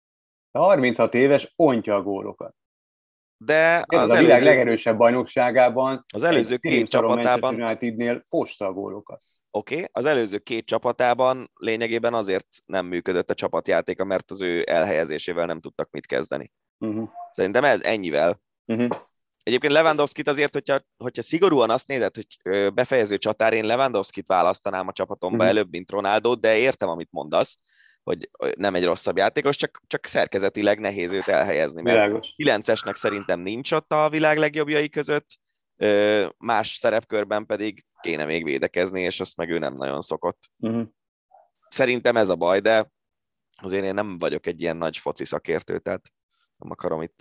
36 éves, ontja a gólokat. De az a világ legerősebb bajnokságában az előző két csapatában Unitednél fosta a gólokat. Oké, az előző két csapatában lényegében azért nem működött a csapatjátéka, mert az ő elhelyezésével nem tudtak mit kezdeni. Szerintem ez ennyivel. Egyébként Lewandowskit azért, hogyha szigorúan azt nézed, hogy befejező csatár, én Lewandowskit választanám a csapatomba előbb, mint Ronaldot, de értem, amit mondasz, hogy nem egy rosszabb játékos, csak szerkezetileg nehéz őt elhelyezni, mert 9-esnek szerintem nincs ott a világ legjobbjai között, más szerepkörben pedig kéne még védekezni, és azt meg ő nem nagyon szokott. Szerintem ez a baj, de azért én nem vagyok egy ilyen nagy foci szakértő, tehát nem akarom itt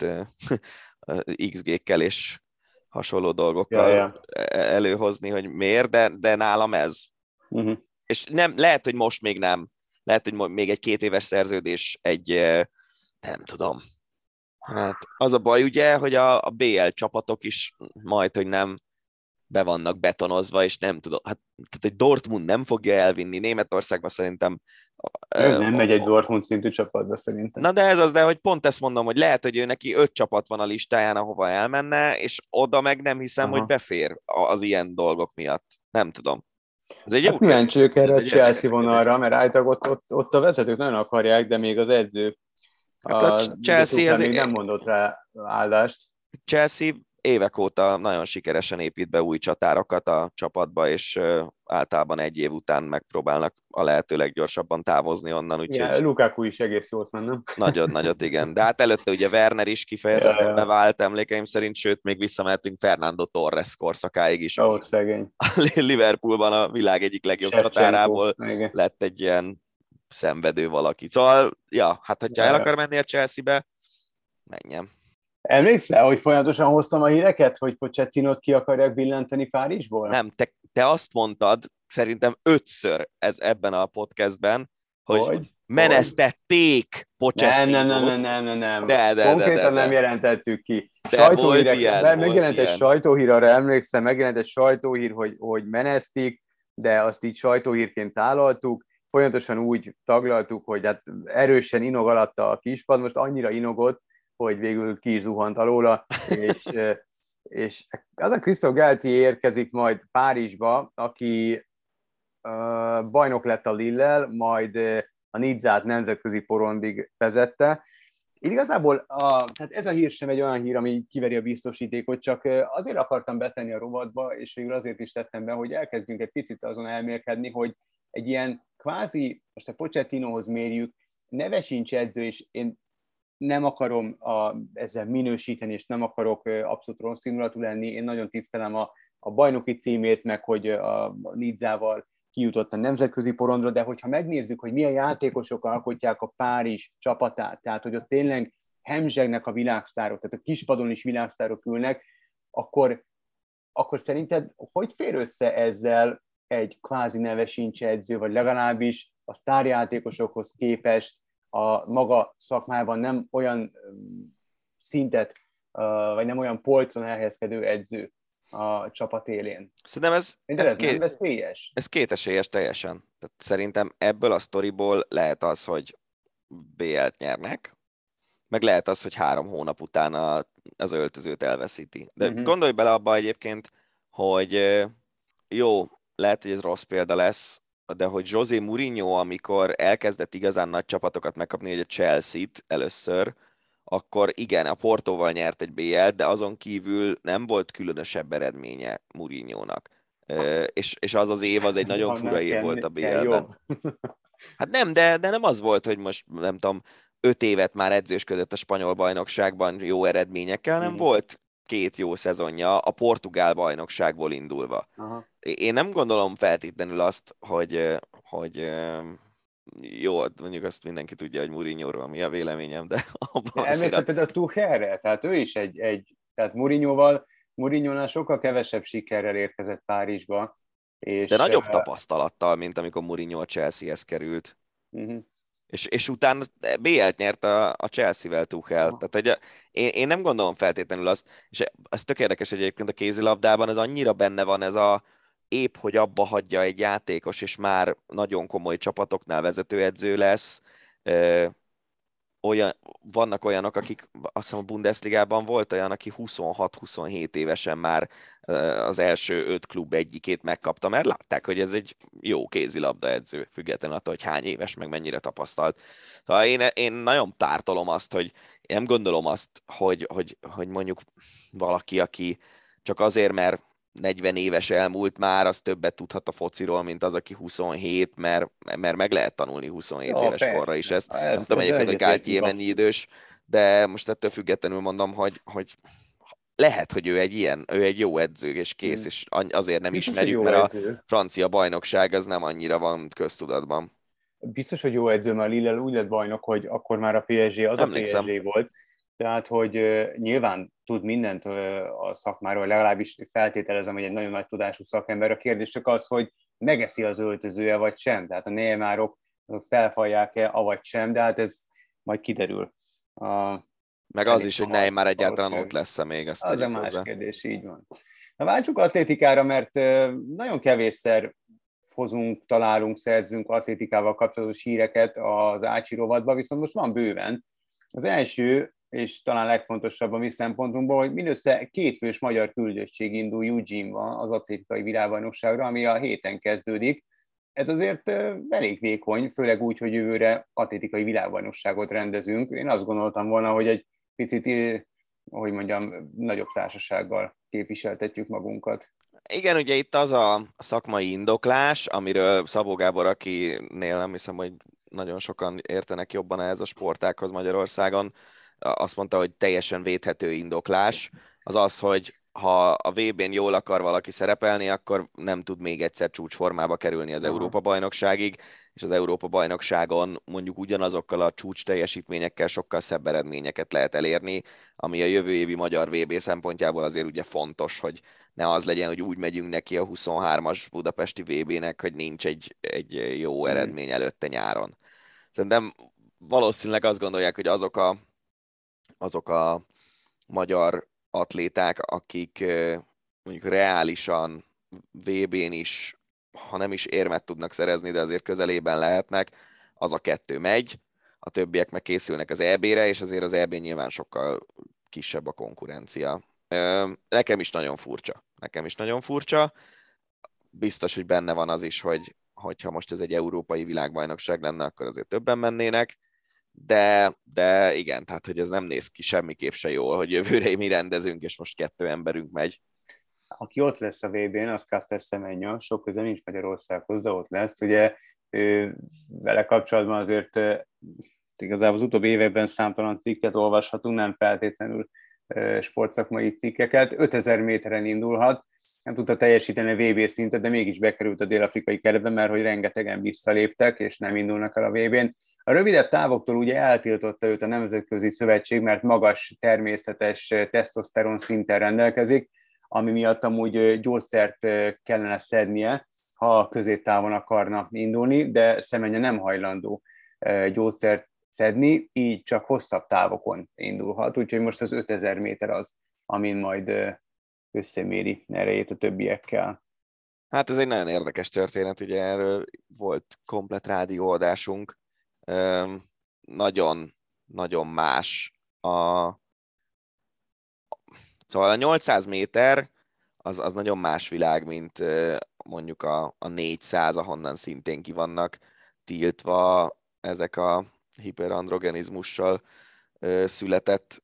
XG-kkel és hasonló dolgokkal előhozni, hogy miért, de nálam ez. És nem, lehet, hogy most még nem. Lehet, hogy még egy 2 éves szerződés nem tudom. Hát az a baj ugye, hogy a BL csapatok is majd, hogy nem be vannak betonozva, és nem tudom. Hát, tehát egy Dortmund nem fogja elvinni. Németországban szerintem... nem megy egy Dortmund szintű csapatba szerintem. Na de ez az, de hogy pont ezt mondom, hogy lehet, hogy ő neki 5 csapat van a listáján, ahova elmenne, és oda meg nem hiszem, hogy befér az ilyen dolgok miatt. Nem tudom. Hát kíváncsi ők erre a Chelsea vonalra, mert általában ott a vezetők nagyon akarják, de még az edző a Chelsea még nem mondott rá áldást. Chelsea évek óta nagyon sikeresen épít be új csatárokat a csapatba, és általában 1 év után megpróbálnak a lehető leggyorsabban távozni onnan. Úgyhogy Lukaku is egész jót mennem. Nagyot, igen. De hát előtte ugye Werner is kifejezetten bevált emlékeim szerint, sőt, még visszamehetünk Fernando Torres korszakáig is. Szegény. A Liverpoolban a világ egyik legjobb csatárából lett egy ilyen szenvedő valaki. Szóval, hát hogyha el akar menni a Chelsea-be, menjem. Emlékszel, hogy folyamatosan hoztam a híreket, hogy Pochettinót ki akarják billenteni Párizsból? Nem, te azt mondtad, szerintem 5-ször ebben a podcastben, hogy menesztették Pochettinót. Nem. De. Konkrétan nem jelentettük ki. Megjelent egy sajtóhír, arra emlékszem, megjelent egy sajtóhír, hogy menesztik, de azt így sajtóhírként tálaltuk. Folyamatosan úgy taglaltuk, hogy hát erősen inog alatta a kispad, most annyira inogott, hogy végül ki is zuhant alóla, és az a Christophe Galtier érkezik majd Párizsba, aki bajnok lett a Lille-lel, majd a Nizzát nemzetközi porondig vezette. Én igazából tehát ez a hír sem egy olyan hír, ami kiveri a biztosítékot, csak azért akartam betenni a rovatba, és végül azért is tettem be, hogy elkezdjünk egy picit azon elmélkedni, hogy egy ilyen kvázi, most a Pochettinóhoz mérjük, neve sincs edző, és én nem akarom ezzel minősíteni, és nem akarok abszolút rossz indulatú lenni. Én nagyon tisztelem a bajnoki címét, meg hogy a Nizzával kijutott a nemzetközi porondra, de hogyha megnézzük, hogy milyen játékosok alkotják a Párizs csapatát, tehát hogy ott tényleg hemzsegnek a világsztárok, tehát a kispadon is világsztárok ülnek, akkor szerinted hogy fér össze ezzel egy kvázi neve sincs edző, vagy legalábbis a sztárjátékosokhoz képest a maga szakmában nem olyan szintet, vagy nem olyan polcon elhelyezkedő edző a csapat élén. Szerintem ez nem veszélyes? Ez kétesélyes teljesen. Tehát szerintem ebből a sztoriból lehet az, hogy BL-t nyernek, meg lehet az, hogy 3 hónap után az öltözőt elveszíti. De gondolj bele abba egyébként, hogy jó, lehet, hogy ez rossz példa lesz, de hogy José Mourinho, amikor elkezdett igazán nagy csapatokat megkapni, hogy a Chelsea-t először, akkor igen, a Portóval nyert egy BL-t, de azon kívül nem volt különösebb eredménye Mourinho-nak. és az az év, az egy nagyon fura év volt a BL-ben. Hát nem, de nem az volt, hogy most nem tudom, 5 évet már edzősködött a spanyol bajnokságban jó eredményekkel, nem volt 2 jó szezonja a portugál bajnokságból indulva. Aha. Én nem gondolom feltétlenül azt, hogy jó, mondjuk azt mindenki tudja, hogy Mourinhoról mi a véleményem, de abban emlékszel például Tuchelre? Tehát ő is tehát Mourinhónál sokkal kevesebb sikerrel érkezett Párizsba. De nagyobb tapasztalattal, mint amikor Mourinho a Chelseahez került. És utána BL-t nyert a Chelsea-vel Tuchel. Tehát én nem gondolom feltétlenül azt, és ez tök érdekes egyébként a kézilabdában, ez annyira benne van ez a épp, hogy abba hagyja egy játékos, és már nagyon komoly csapatoknál vezetőedző lesz. Vannak olyanok, akik, azt hiszem a Bundesligában volt olyan, aki 26-27 évesen már az első 5 klub egyikét megkapta, mert látták, hogy ez egy jó kézilabda edző, függetlenül attól, hogy hány éves, meg mennyire tapasztalt. Szóval én nagyon pártolom azt, hogy én nem gondolom azt, hogy mondjuk valaki, aki csak azért, mert 40 éves elmúlt már, az többet tudhat a fociról, mint az, aki 27, mert meg lehet tanulni 27 éves persze. Korra is ezt. Nem tudom egyébként, hogy Galtier mennyi idős, de most ettől függetlenül mondom, hogy lehet, hogy ő egy jó edző, és kész, és azért nem biztos, ismerjük, mert a francia bajnokság az nem annyira van köztudatban. Biztos, hogy jó edző, mert Lille úgy lett bajnok, hogy akkor már a PSG Emlékszem. a PSG volt. Tehát, hogy nyilván tud mindent a szakmáról, legalábbis feltételezem, hogy egy nagyon nagy tudású szakember. A kérdés csak az, hogy megeszi az öltözője, vagy sem. Tehát a Neymarok felfalják-e, avagy sem, de hát ez majd kiderül. Meg az is, hogy Neymar egyáltalán ott lesz-e még. Ezt az a más kérdés, így van. Na, váltsuk atlétikára, mert nagyon kevésszer találunk, szerzünk atlétikával kapcsolatos híreket az Ácsi rovatba, viszont most van bőven. Az első, és talán legfontosabb a mi szempontunkból, hogy mindössze 2 fős magyar küldöttség indul Eugene-ban az atlétikai világbajnokságra, ami a héten kezdődik. Ez azért elég vékony, főleg úgy, hogy jövőre atlétikai világbajnokságot rendezünk. Én azt gondoltam volna, hogy egy picit, hogy mondjam, nagyobb társasággal képviseltetjük magunkat. Igen, ugye itt az a szakmai indoklás, amiről Szabó Gábor, akinél nem hiszem, hogy nagyon sokan értenek jobban ehhez a sportákhoz Magyarországon, azt mondta, hogy teljesen védhető indoklás, az, hogy ha a VB-n jól akar valaki szerepelni, akkor nem tud még egyszer csúcsformába kerülni az Európa-bajnokságig, és az Európa-bajnokságon mondjuk ugyanazokkal a csúcs teljesítményekkel sokkal szebb eredményeket lehet elérni, ami a jövő évi magyar VB szempontjából azért ugye fontos, hogy ne az legyen, hogy úgy megyünk neki a 23-as budapesti VB-nek, hogy nincs egy jó eredmény előtte nyáron. Szerintem valószínűleg azt gondolják, hogy azok a magyar atléták, akik mondjuk reálisan VB-n is, ha nem is érmet tudnak szerezni, de azért közelében lehetnek, az a 2 megy, a többiek meg készülnek az EB-re, és azért az EB nyilván sokkal kisebb a konkurencia. Nekem is nagyon furcsa. Biztos, hogy benne van az is, hogyha most ez egy európai világbajnokság lenne, akkor azért többen mennének, de igen, tehát hogy ez nem néz ki semmiképp se jól, hogy jövőre mi rendezünk, és most 2 emberünk megy. Aki ott lesz a VB-n, az Caster Semenya, sok köze nincs Magyarországhoz, de ott lesz. Ugye vele kapcsolatban azért igazából az utóbbi években számtalan cikket olvashatunk, nem feltétlenül sportszakmai cikkeket. 5000 méteren indulhat, nem tudta teljesíteni a VB szintet, de mégis bekerült a dél-afrikai keretbe, mert hogy rengetegen visszaléptek, és nem indulnak el a VB-n. A rövidebb távoktól ugye eltiltotta őt a Nemzetközi Szövetség, mert magas természetes tesztoszteron szinten rendelkezik, ami miatt amúgy gyógyszert kellene szednie, ha középtávon akarna indulni, de Semenya nem hajlandó gyógyszert szedni, így csak hosszabb távokon indulhat, úgyhogy most az 5000 méter az, amin majd összeméri erejét a többiekkel. Hát ez egy nagyon érdekes történet, ugye erről volt komplett rádióadásunk. Nagyon más Szóval a 800 méter az nagyon más világ, mint mondjuk a 400, ahonnan szintén ki vannak tiltva ezek a hiperandrogenizmussal született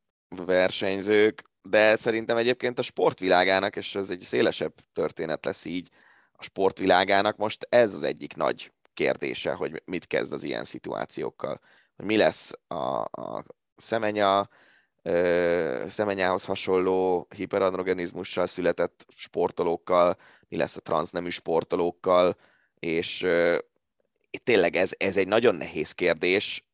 versenyzők, de szerintem egyébként a sportvilágának, és ez egy szélesebb történet lesz így, a sportvilágának most ez az egyik nagy kérdése, hogy mit kezd az ilyen szituációkkal. Hogy mi lesz a szemenyához hasonló hiperandrogenizmussal született sportolókkal, mi lesz a transznemű sportolókkal, és tényleg ez egy nagyon nehéz kérdés,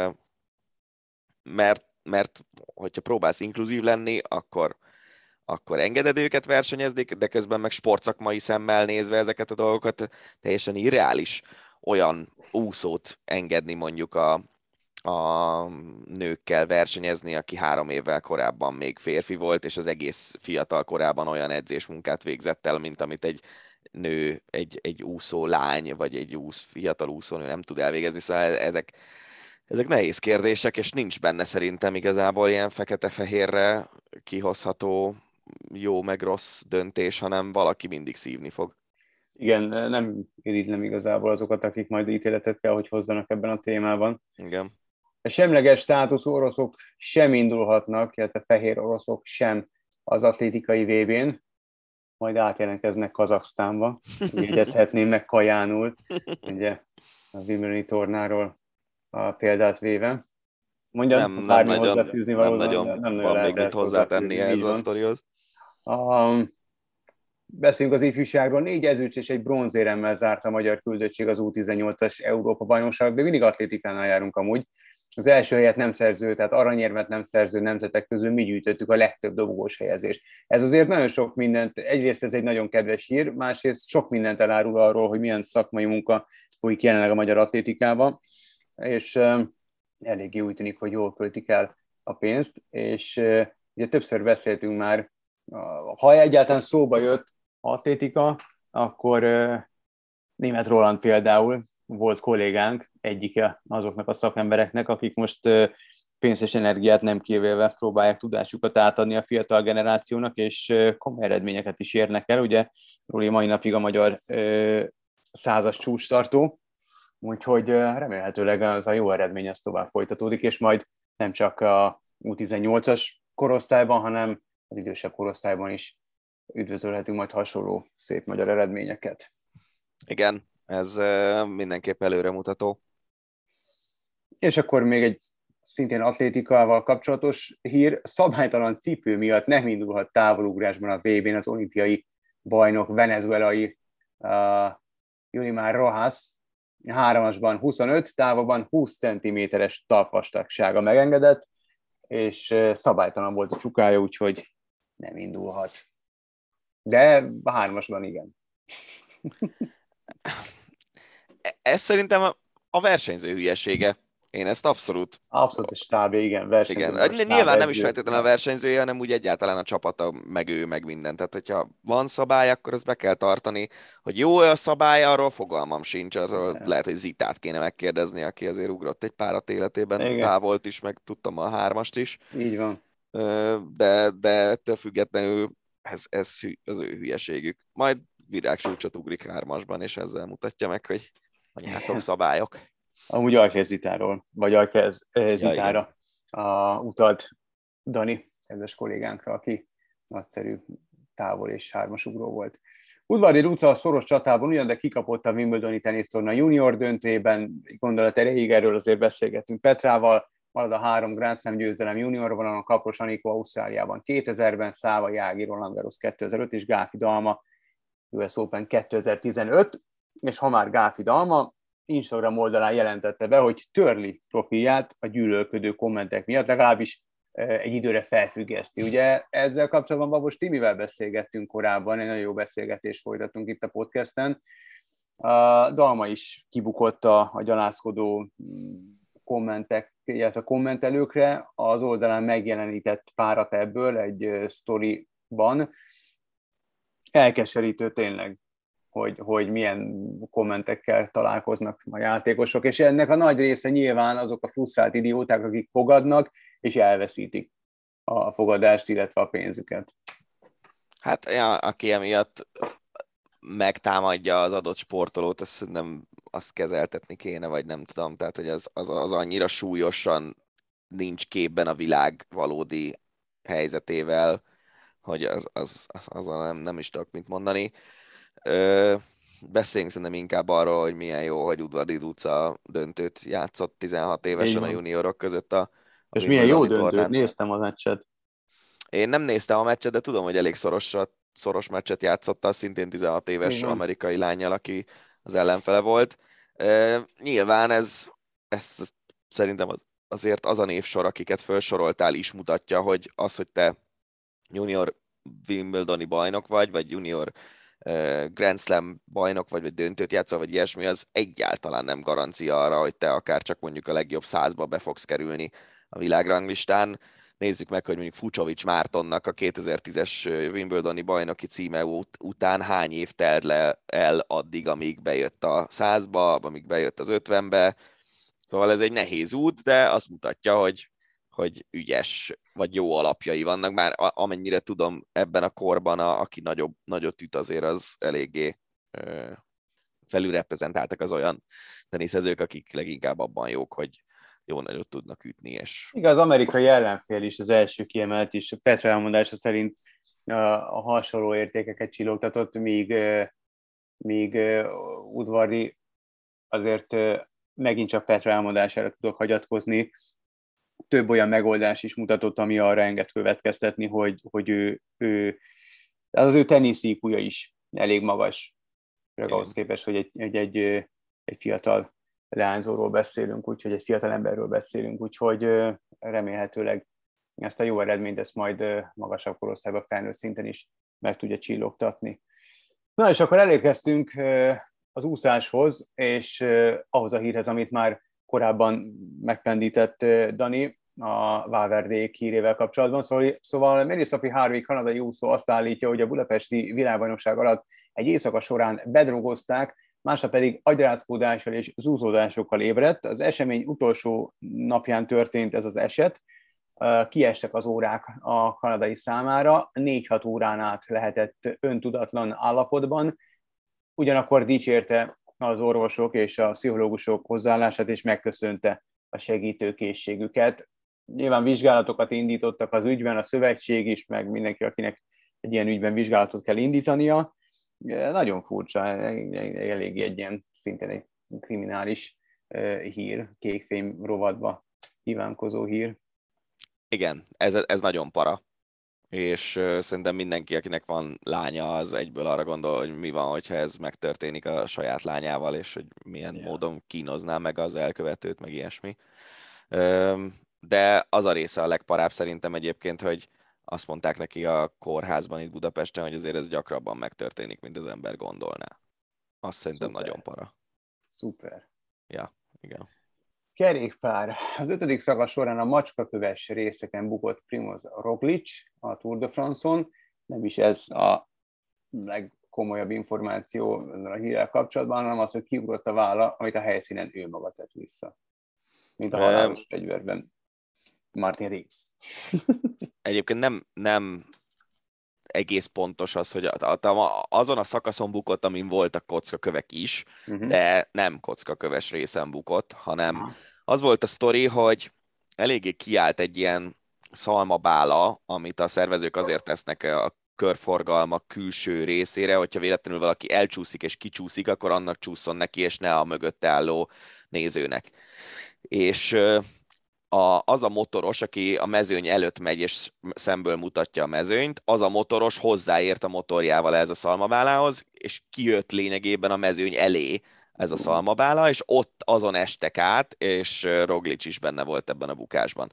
mert hogyha próbálsz inkluzív lenni, akkor engeded őket versenyezni, de közben meg sportszakmai szemmel nézve ezeket a dolgokat teljesen irreális olyan úszót engedni mondjuk a nőkkel versenyezni, aki 3 évvel korábban még férfi volt, és az egész fiatal korában olyan edzésmunkát végzett el, mint amit egy nő, egy úszó lány, vagy egy fiatal úszónő nem tud elvégezni, szóval ezek nehéz kérdések, és nincs benne szerintem igazából ilyen fekete-fehérre kihozható jó meg rossz döntés, hanem valaki mindig szívni fog. Igen, nem irigylem igazából azokat, akik majd ítéletet kell, hogy hozzanak ebben a témában. Igen. A semleges státuszú oroszok sem indulhatnak, illetve fehér oroszok sem az atlétikai VB-n, majd átjelentkeznek Kazaksztánba. Jegyezhetném meg Kajánul, ugye a Wimbledoni tornáról a példát véve. Mondjam, nem nagyon van még mit hozzátenni ehhez a sztorihoz. Beszéljünk az ifjúságról. 4 ezüst és egy bronzéremmel zárt a magyar küldöttség az U18-as Európa-bajnokság, de mindig atlétikánál járunk amúgy. Az első helyet nem szerző, tehát aranyérmet nem szerző nemzetek közül mi gyűjtöttük a legtöbb dobogós helyezést. Ez azért nagyon sok mindent, egyrészt ez egy nagyon kedves hír, másrészt sok mindent elárul arról, hogy milyen szakmai munka folyik jelenleg a magyar atlétikában, és eléggé úgy tűnik, hogy jól költik el a pénzt, és ugye többször beszéltünk már, ha egyáltalán szóba jött atlétika, akkor Németh Roland például volt kollégánk, egyike azoknak a szakembereknek, akik most pénzt és energiát nem kivélve próbálják tudásukat átadni a fiatal generációnak, és komoly eredményeket is érnek el. Ugye Roli mai napig a magyar 100-as csúcstartó, úgyhogy remélhetőleg az a jó eredmény az tovább folytatódik, és majd nem csak a U18-as korosztályban, hanem az idősebb korosztályban is üdvözölhetünk majd hasonló szép magyar eredményeket. Igen, ez mindenképp előremutató. És akkor még egy szintén atlétikával kapcsolatos hír. Szabálytalan cipő miatt nem indulhat távolugrásban a VB-n az olimpiai bajnok venezuelai Yulimar Rojas. 3-asban 25, távban 20 cm-es talpvastagsága megengedett, és szabálytalan volt a csukája, úgyhogy nem indulhat. De 3-asban igen. Ez szerintem a versenyző hülyesége. Én ezt abszolút... Abszolút a stábja, igen. Igen. Nyilván nem is feltétlenül a versenyzője, hanem úgy egyáltalán a csapata, meg ő, meg minden. Tehát, hogyha van szabály, akkor ezt be kell tartani. Hogy jó a szabály, arról fogalmam sincs. Arról lehet, hogy Zitát kéne megkérdezni, aki azért ugrott egy párat életében. Igen. Távolt is, meg tudtam a 3-ast is. Így van. De ettől függetlenül ez az ő hülyeségük. Majd virágsúcsot ugrik 3-asban, és ezzel mutatja meg, hogy anyátok szabályok. Amúgy Alkez Zitáról, vagy Alkez Zitára utalt Dani, kedves kollégánkra, aki nagyszerű távol és 3-as ugró volt. Udvardi Luca a szoros csatában ugyan, de kikapott a Wimbledoni tenisztorna junior döntőjében, gondolat erejéig erről azért beszélgetünk Petrával, marad a 3 Grand Slam győzelem junior vonalon, Kapos Anikó Ausztráliában 2000-ben, Szávai Ági Roland Garros 2005 és Gáfi Dalma US Open 2015, és ha már Gáfi Dalma, Instagram oldalán jelentette be, hogy törli profilját a gyűlölködő kommentek miatt, legalábbis egy időre felfüggeszti. Ugye ezzel kapcsolatban Babos Timivel beszélgettünk korábban, egy nagyon jó beszélgetést folytattunk itt a podcasten. Dalma is kibukott a gyalázkodó kommentek, illetve kommentelőkre, az oldalán megjelenített párat ebből egy sztoriban. Elkeserítő tényleg, hogy milyen kommentekkel találkoznak a játékosok, és ennek a nagy része nyilván azok a frusztrált idióták, akik fogadnak, és elveszítik a fogadást, illetve a pénzüket. Hát, aki emiatt megtámadja az adott sportolót, azt nem azt kezeltetni kéne, vagy nem tudom, tehát hogy az annyira súlyosan nincs képben a világ valódi helyzetével, hogy az nem is tudok mit mondani. beszéljünk szerintem inkább arról, hogy milyen jó, hogy Udvardy Duca döntőt játszott 16 évesen a juniorok között a És milyen jó Wimbledoni döntőt, tornán. néztem az meccset. Én nem néztem a meccset, de tudom, hogy elég szoros meccset játszott, az szintén 16 éves Igen. amerikai lányjal, aki az ellenfele volt. Nyilván ez szerintem azért az a névsor, akiket felsoroltál, is mutatja, hogy az, hogy te junior Wimbledoni bajnok vagy junior Grand Slam bajnok vagy döntőt játszol, vagy ilyesmi, az egyáltalán nem garancia arra, hogy te akár csak mondjuk a legjobb 100-ba be fogsz kerülni a világranglistán. Nézzük meg, hogy mondjuk Fucsovics Mártonnak a 2010-es Wimbledoni bajnoki címe után hány év telt le el addig, amíg bejött a 100-ba, amíg bejött az 50-be. Szóval ez egy nehéz út, de azt mutatja, hogy ügyes, vagy jó alapjai vannak, már amennyire tudom ebben a korban, aki nagyot üt azért, az eléggé felülreprezentáltak az olyan teniszezők, akik leginkább abban jók, hogy jó nagyot tudnak ütni. És... Igaz, az amerikai ellenfél is az első kiemelt is, Petra elmondása szerint a hasonló értékeket csillogtatott, míg Udvardy azért megint csak Petra elmondására tudok hagyatkozni, több olyan megoldás is mutatott, ami arra enged következtetni, hogy az ő tenisz IQ-ja is elég magas, ahhoz képest, hogy egy fiatal leányzóról beszélünk, úgyhogy egy fiatal emberről beszélünk, úgyhogy remélhetőleg ezt a jó eredményt ezt majd magasabb korosztályban felnőtt szinten is meg tudja csillogtatni. Na és akkor elérkeztünk az úszáshoz, és ahhoz a hírhez, amit már korábban megpendített Dani a Valverde hírével kapcsolatban. Szóval Mary Sophie Harvey, kanadai úszó azt állítja, hogy a budapesti világbajnokság alatt egy éjszaka során bedrogozták, másnap pedig agyrázkódással és zúzódásokkal ébredt. Az esemény utolsó napján történt ez az eset. Kiestek az órák a kanadai számára, 4-6 órán át lehetett öntudatlan állapotban, ugyanakkor dicsérte az orvosok és a pszichológusok hozzáállását, és megköszönte a segítőkészségüket. Nyilván vizsgálatokat indítottak az ügyben, a szövetség is, meg mindenki, akinek egy ilyen ügyben vizsgálatot kell indítania. Nagyon furcsa, eléggé egy ilyen szintén egy kriminális hír, kékfém rovatba kívánkozó hír. Igen, ez nagyon para. És szerintem mindenki, akinek van lánya, az egyből arra gondol, hogy mi van, hogyha ez megtörténik a saját lányával, és hogy milyen módon kínozná meg az elkövetőt, meg ilyesmi. De az a része a legparább szerintem egyébként, hogy azt mondták neki a kórházban itt Budapesten, hogy azért ez gyakrabban megtörténik, mint az ember gondolná. Azt szerintem nagyon para. Szuper. Ja, igen. Kerékpár. Az 5. szakasz során a macskaköves részeken bukott Primoz Roglic a Tour de France-on. Nem is ez a legkomolyabb információ a hírrel kapcsolatban, hanem az, hogy kiugrott a válla, amit a helyszínen ő maga tett vissza. Mint a halálos fegyverben Martin Riggs. Egyébként nem egész pontos az, hogy azon a szakaszon bukott, amin voltak kockakövek is, de nem kockaköves részen bukott, hanem az volt a sztori, hogy eléggé kiállt egy ilyen szalmabála, amit a szervezők azért tesznek a körforgalmak külső részére, hogyha véletlenül valaki elcsúszik és kicsúszik, akkor annak csúszson neki, és ne a mögötte álló nézőnek. És az a motoros, aki a mezőny előtt megy és szemből mutatja a mezőnyt, az a motoros hozzáért a motorjával ez a szalmabálához, és kijött lényegében a mezőny elé ez a szalmabála, és ott azon estek át, és Roglic is benne volt ebben a bukásban.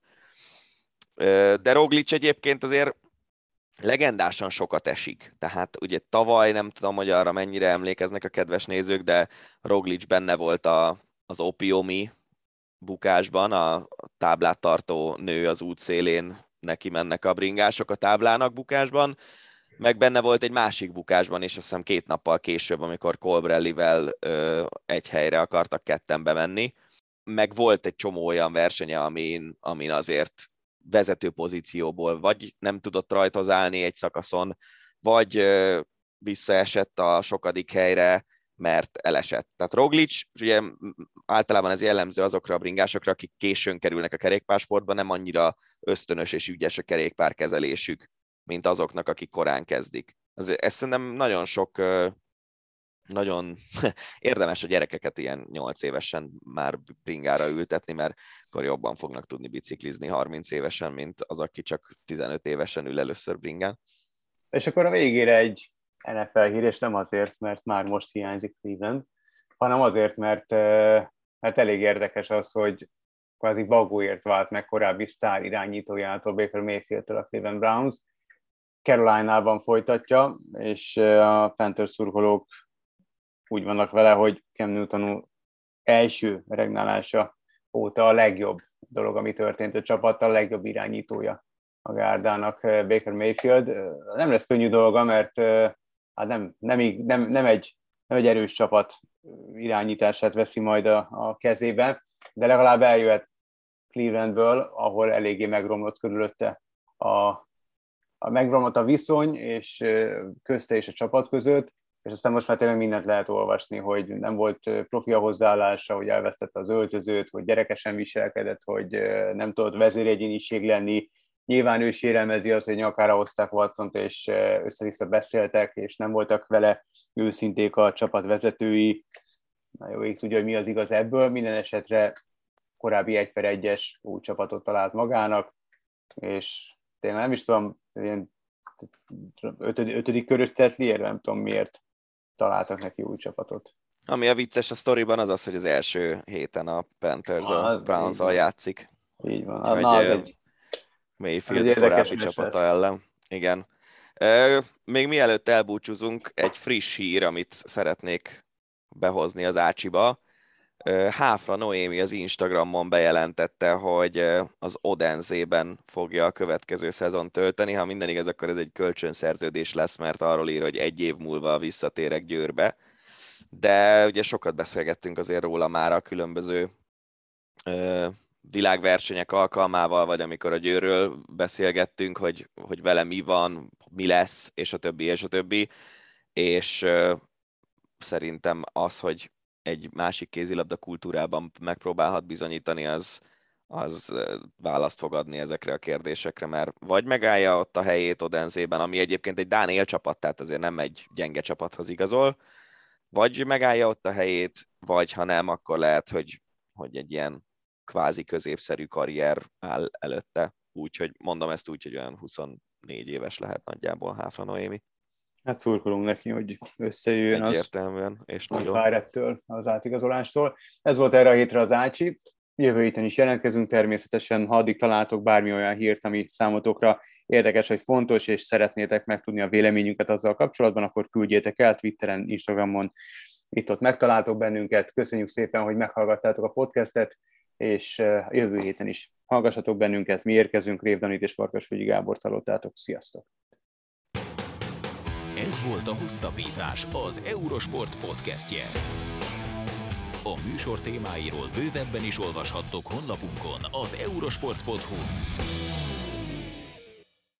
De Roglic egyébként azért legendásan sokat esik. Tehát ugye tavaly, nem tudom, hogy arra mennyire emlékeznek a kedves nézők, de Roglic benne volt az opiumi bukásban, a táblát tartó nő az útszélén, neki mennek a bringások a táblának bukásban, meg benne volt egy másik bukásban is, azt hiszem 2 nappal később, amikor Colbrellivel egy helyre akartak ketten bemenni, meg volt egy csomó olyan versenye, amin azért vezető pozícióból vagy nem tudott rajthoz állni egy szakaszon, vagy visszaesett a sokadik helyre, mert elesett. Tehát Roglic, ugye általában ez jellemző azokra a bringásokra, akik későn kerülnek a kerékpársportba, nem annyira ösztönös és ügyes a kerékpárkezelésük, mint azoknak, akik korán kezdik. Ez szerintem nagyon sok nagyon érdemes a gyerekeket ilyen 8 évesen már bringára ültetni, mert akkor jobban fognak tudni biciklizni 30 évesen, mint az, aki csak 15 évesen ül először bringán. És akkor a végére egy NFL hír, és nem azért, mert már most hiányzik Cleveland, hanem azért, mert elég érdekes az, hogy kvázi bagóért vált meg korábbi sztár irányítójától, Baker Mayfieldtől a Cleveland Browns. Caroline-ban folytatja, és a Panthers szurkolók úgy vannak vele, hogy Cam Newton első regnálása óta a legjobb dolog, ami történt a csapattal, a legjobb irányítója a gárdának Baker Mayfield. Nem lesz könnyű dolga, mert hát nem egy erős csapat irányítását veszi majd a kezébe, de legalább eljöhet Clevelandből, ahol eléggé megromlott körülötte megromlott a viszony, és közte és a csapat között, és aztán most már tényleg mindent lehet olvasni, hogy nem volt profi a hozzáállása, hogy elvesztette az öltözőt, hogy gyerekesen viselkedett, hogy nem tudott vezéregyéniség lenni. Nyilván ő sérelmezi az, hogy nyakára hozták Watsont, és össze-vissza beszéltek, és nem voltak vele őszinték a csapat vezetői. Na jó, így tudja, hogy mi az igaz ebből. Minden esetre korábbi 1-1-es új csapatot talált magának, és tényleg nem is tudom, ilyen 5. körös cetliért, nem tudom miért találtak neki új csapatot. Ami a vicces a sztoriban az, hogy az első héten a Panthers a Browns-al játszik. Így van. Az egy Mayfield korábbi csapata ellen. Igen. Még mielőtt elbúcsúzunk, egy friss hír, amit szeretnék behozni az Ácsiba. Háfra Noémi az Instagramon bejelentette, hogy az Odensében fogja a következő szezon tölteni. Ha minden igaz, akkor ez egy kölcsönszerződés lesz, mert arról ír, hogy 1 év múlva visszatérek Győrbe. De ugye sokat beszélgettünk azért róla már a különböző világversenyek alkalmával, vagy amikor a Győrről beszélgettünk, hogy vele mi van, mi lesz, és a többi, és a többi. És szerintem az, hogy egy másik kézilabda kultúrában megpróbálhat bizonyítani, az választ fog adni ezekre a kérdésekre, mert vagy megállja ott a helyét Odensében, ami egyébként egy dán élcsapat, tehát azért nem egy gyenge csapathoz igazol, vagy megállja ott a helyét, vagy ha nem, akkor lehet, hogy egy ilyen kvázi középszerű karrier áll előtte. Úgyhogy mondom ezt úgy, hogy olyan 24 éves lehet nagyjából Háfra Noémi. Hát szurkolunk neki, hogy összejöjjön egyértelműen, és nagyon. Vár ettől az átigazolástól. Ez volt erre a hétre az Ácsi. Jövő héten is jelentkezünk természetesen, ha addig találtok bármi olyan hírt, ami számotokra érdekes, vagy fontos, és szeretnétek megtudni a véleményünket azzal kapcsolatban, akkor küldjétek el Twitteren, Instagramon, itt-ott megtaláltok bennünket. Köszönjük szépen, hogy meghallgattátok a podcastet, és jövő héten is hallgassatok bennünket. Mi érkezünk, Rév Danit és Farkasvölgyi Gábort hallottátok. Sziasztok! Ez volt a Hosszabbítás, az Eurosport podcastje. A műsor témáiról bővebben is olvashattok honlapunkon, az eurosport.hu.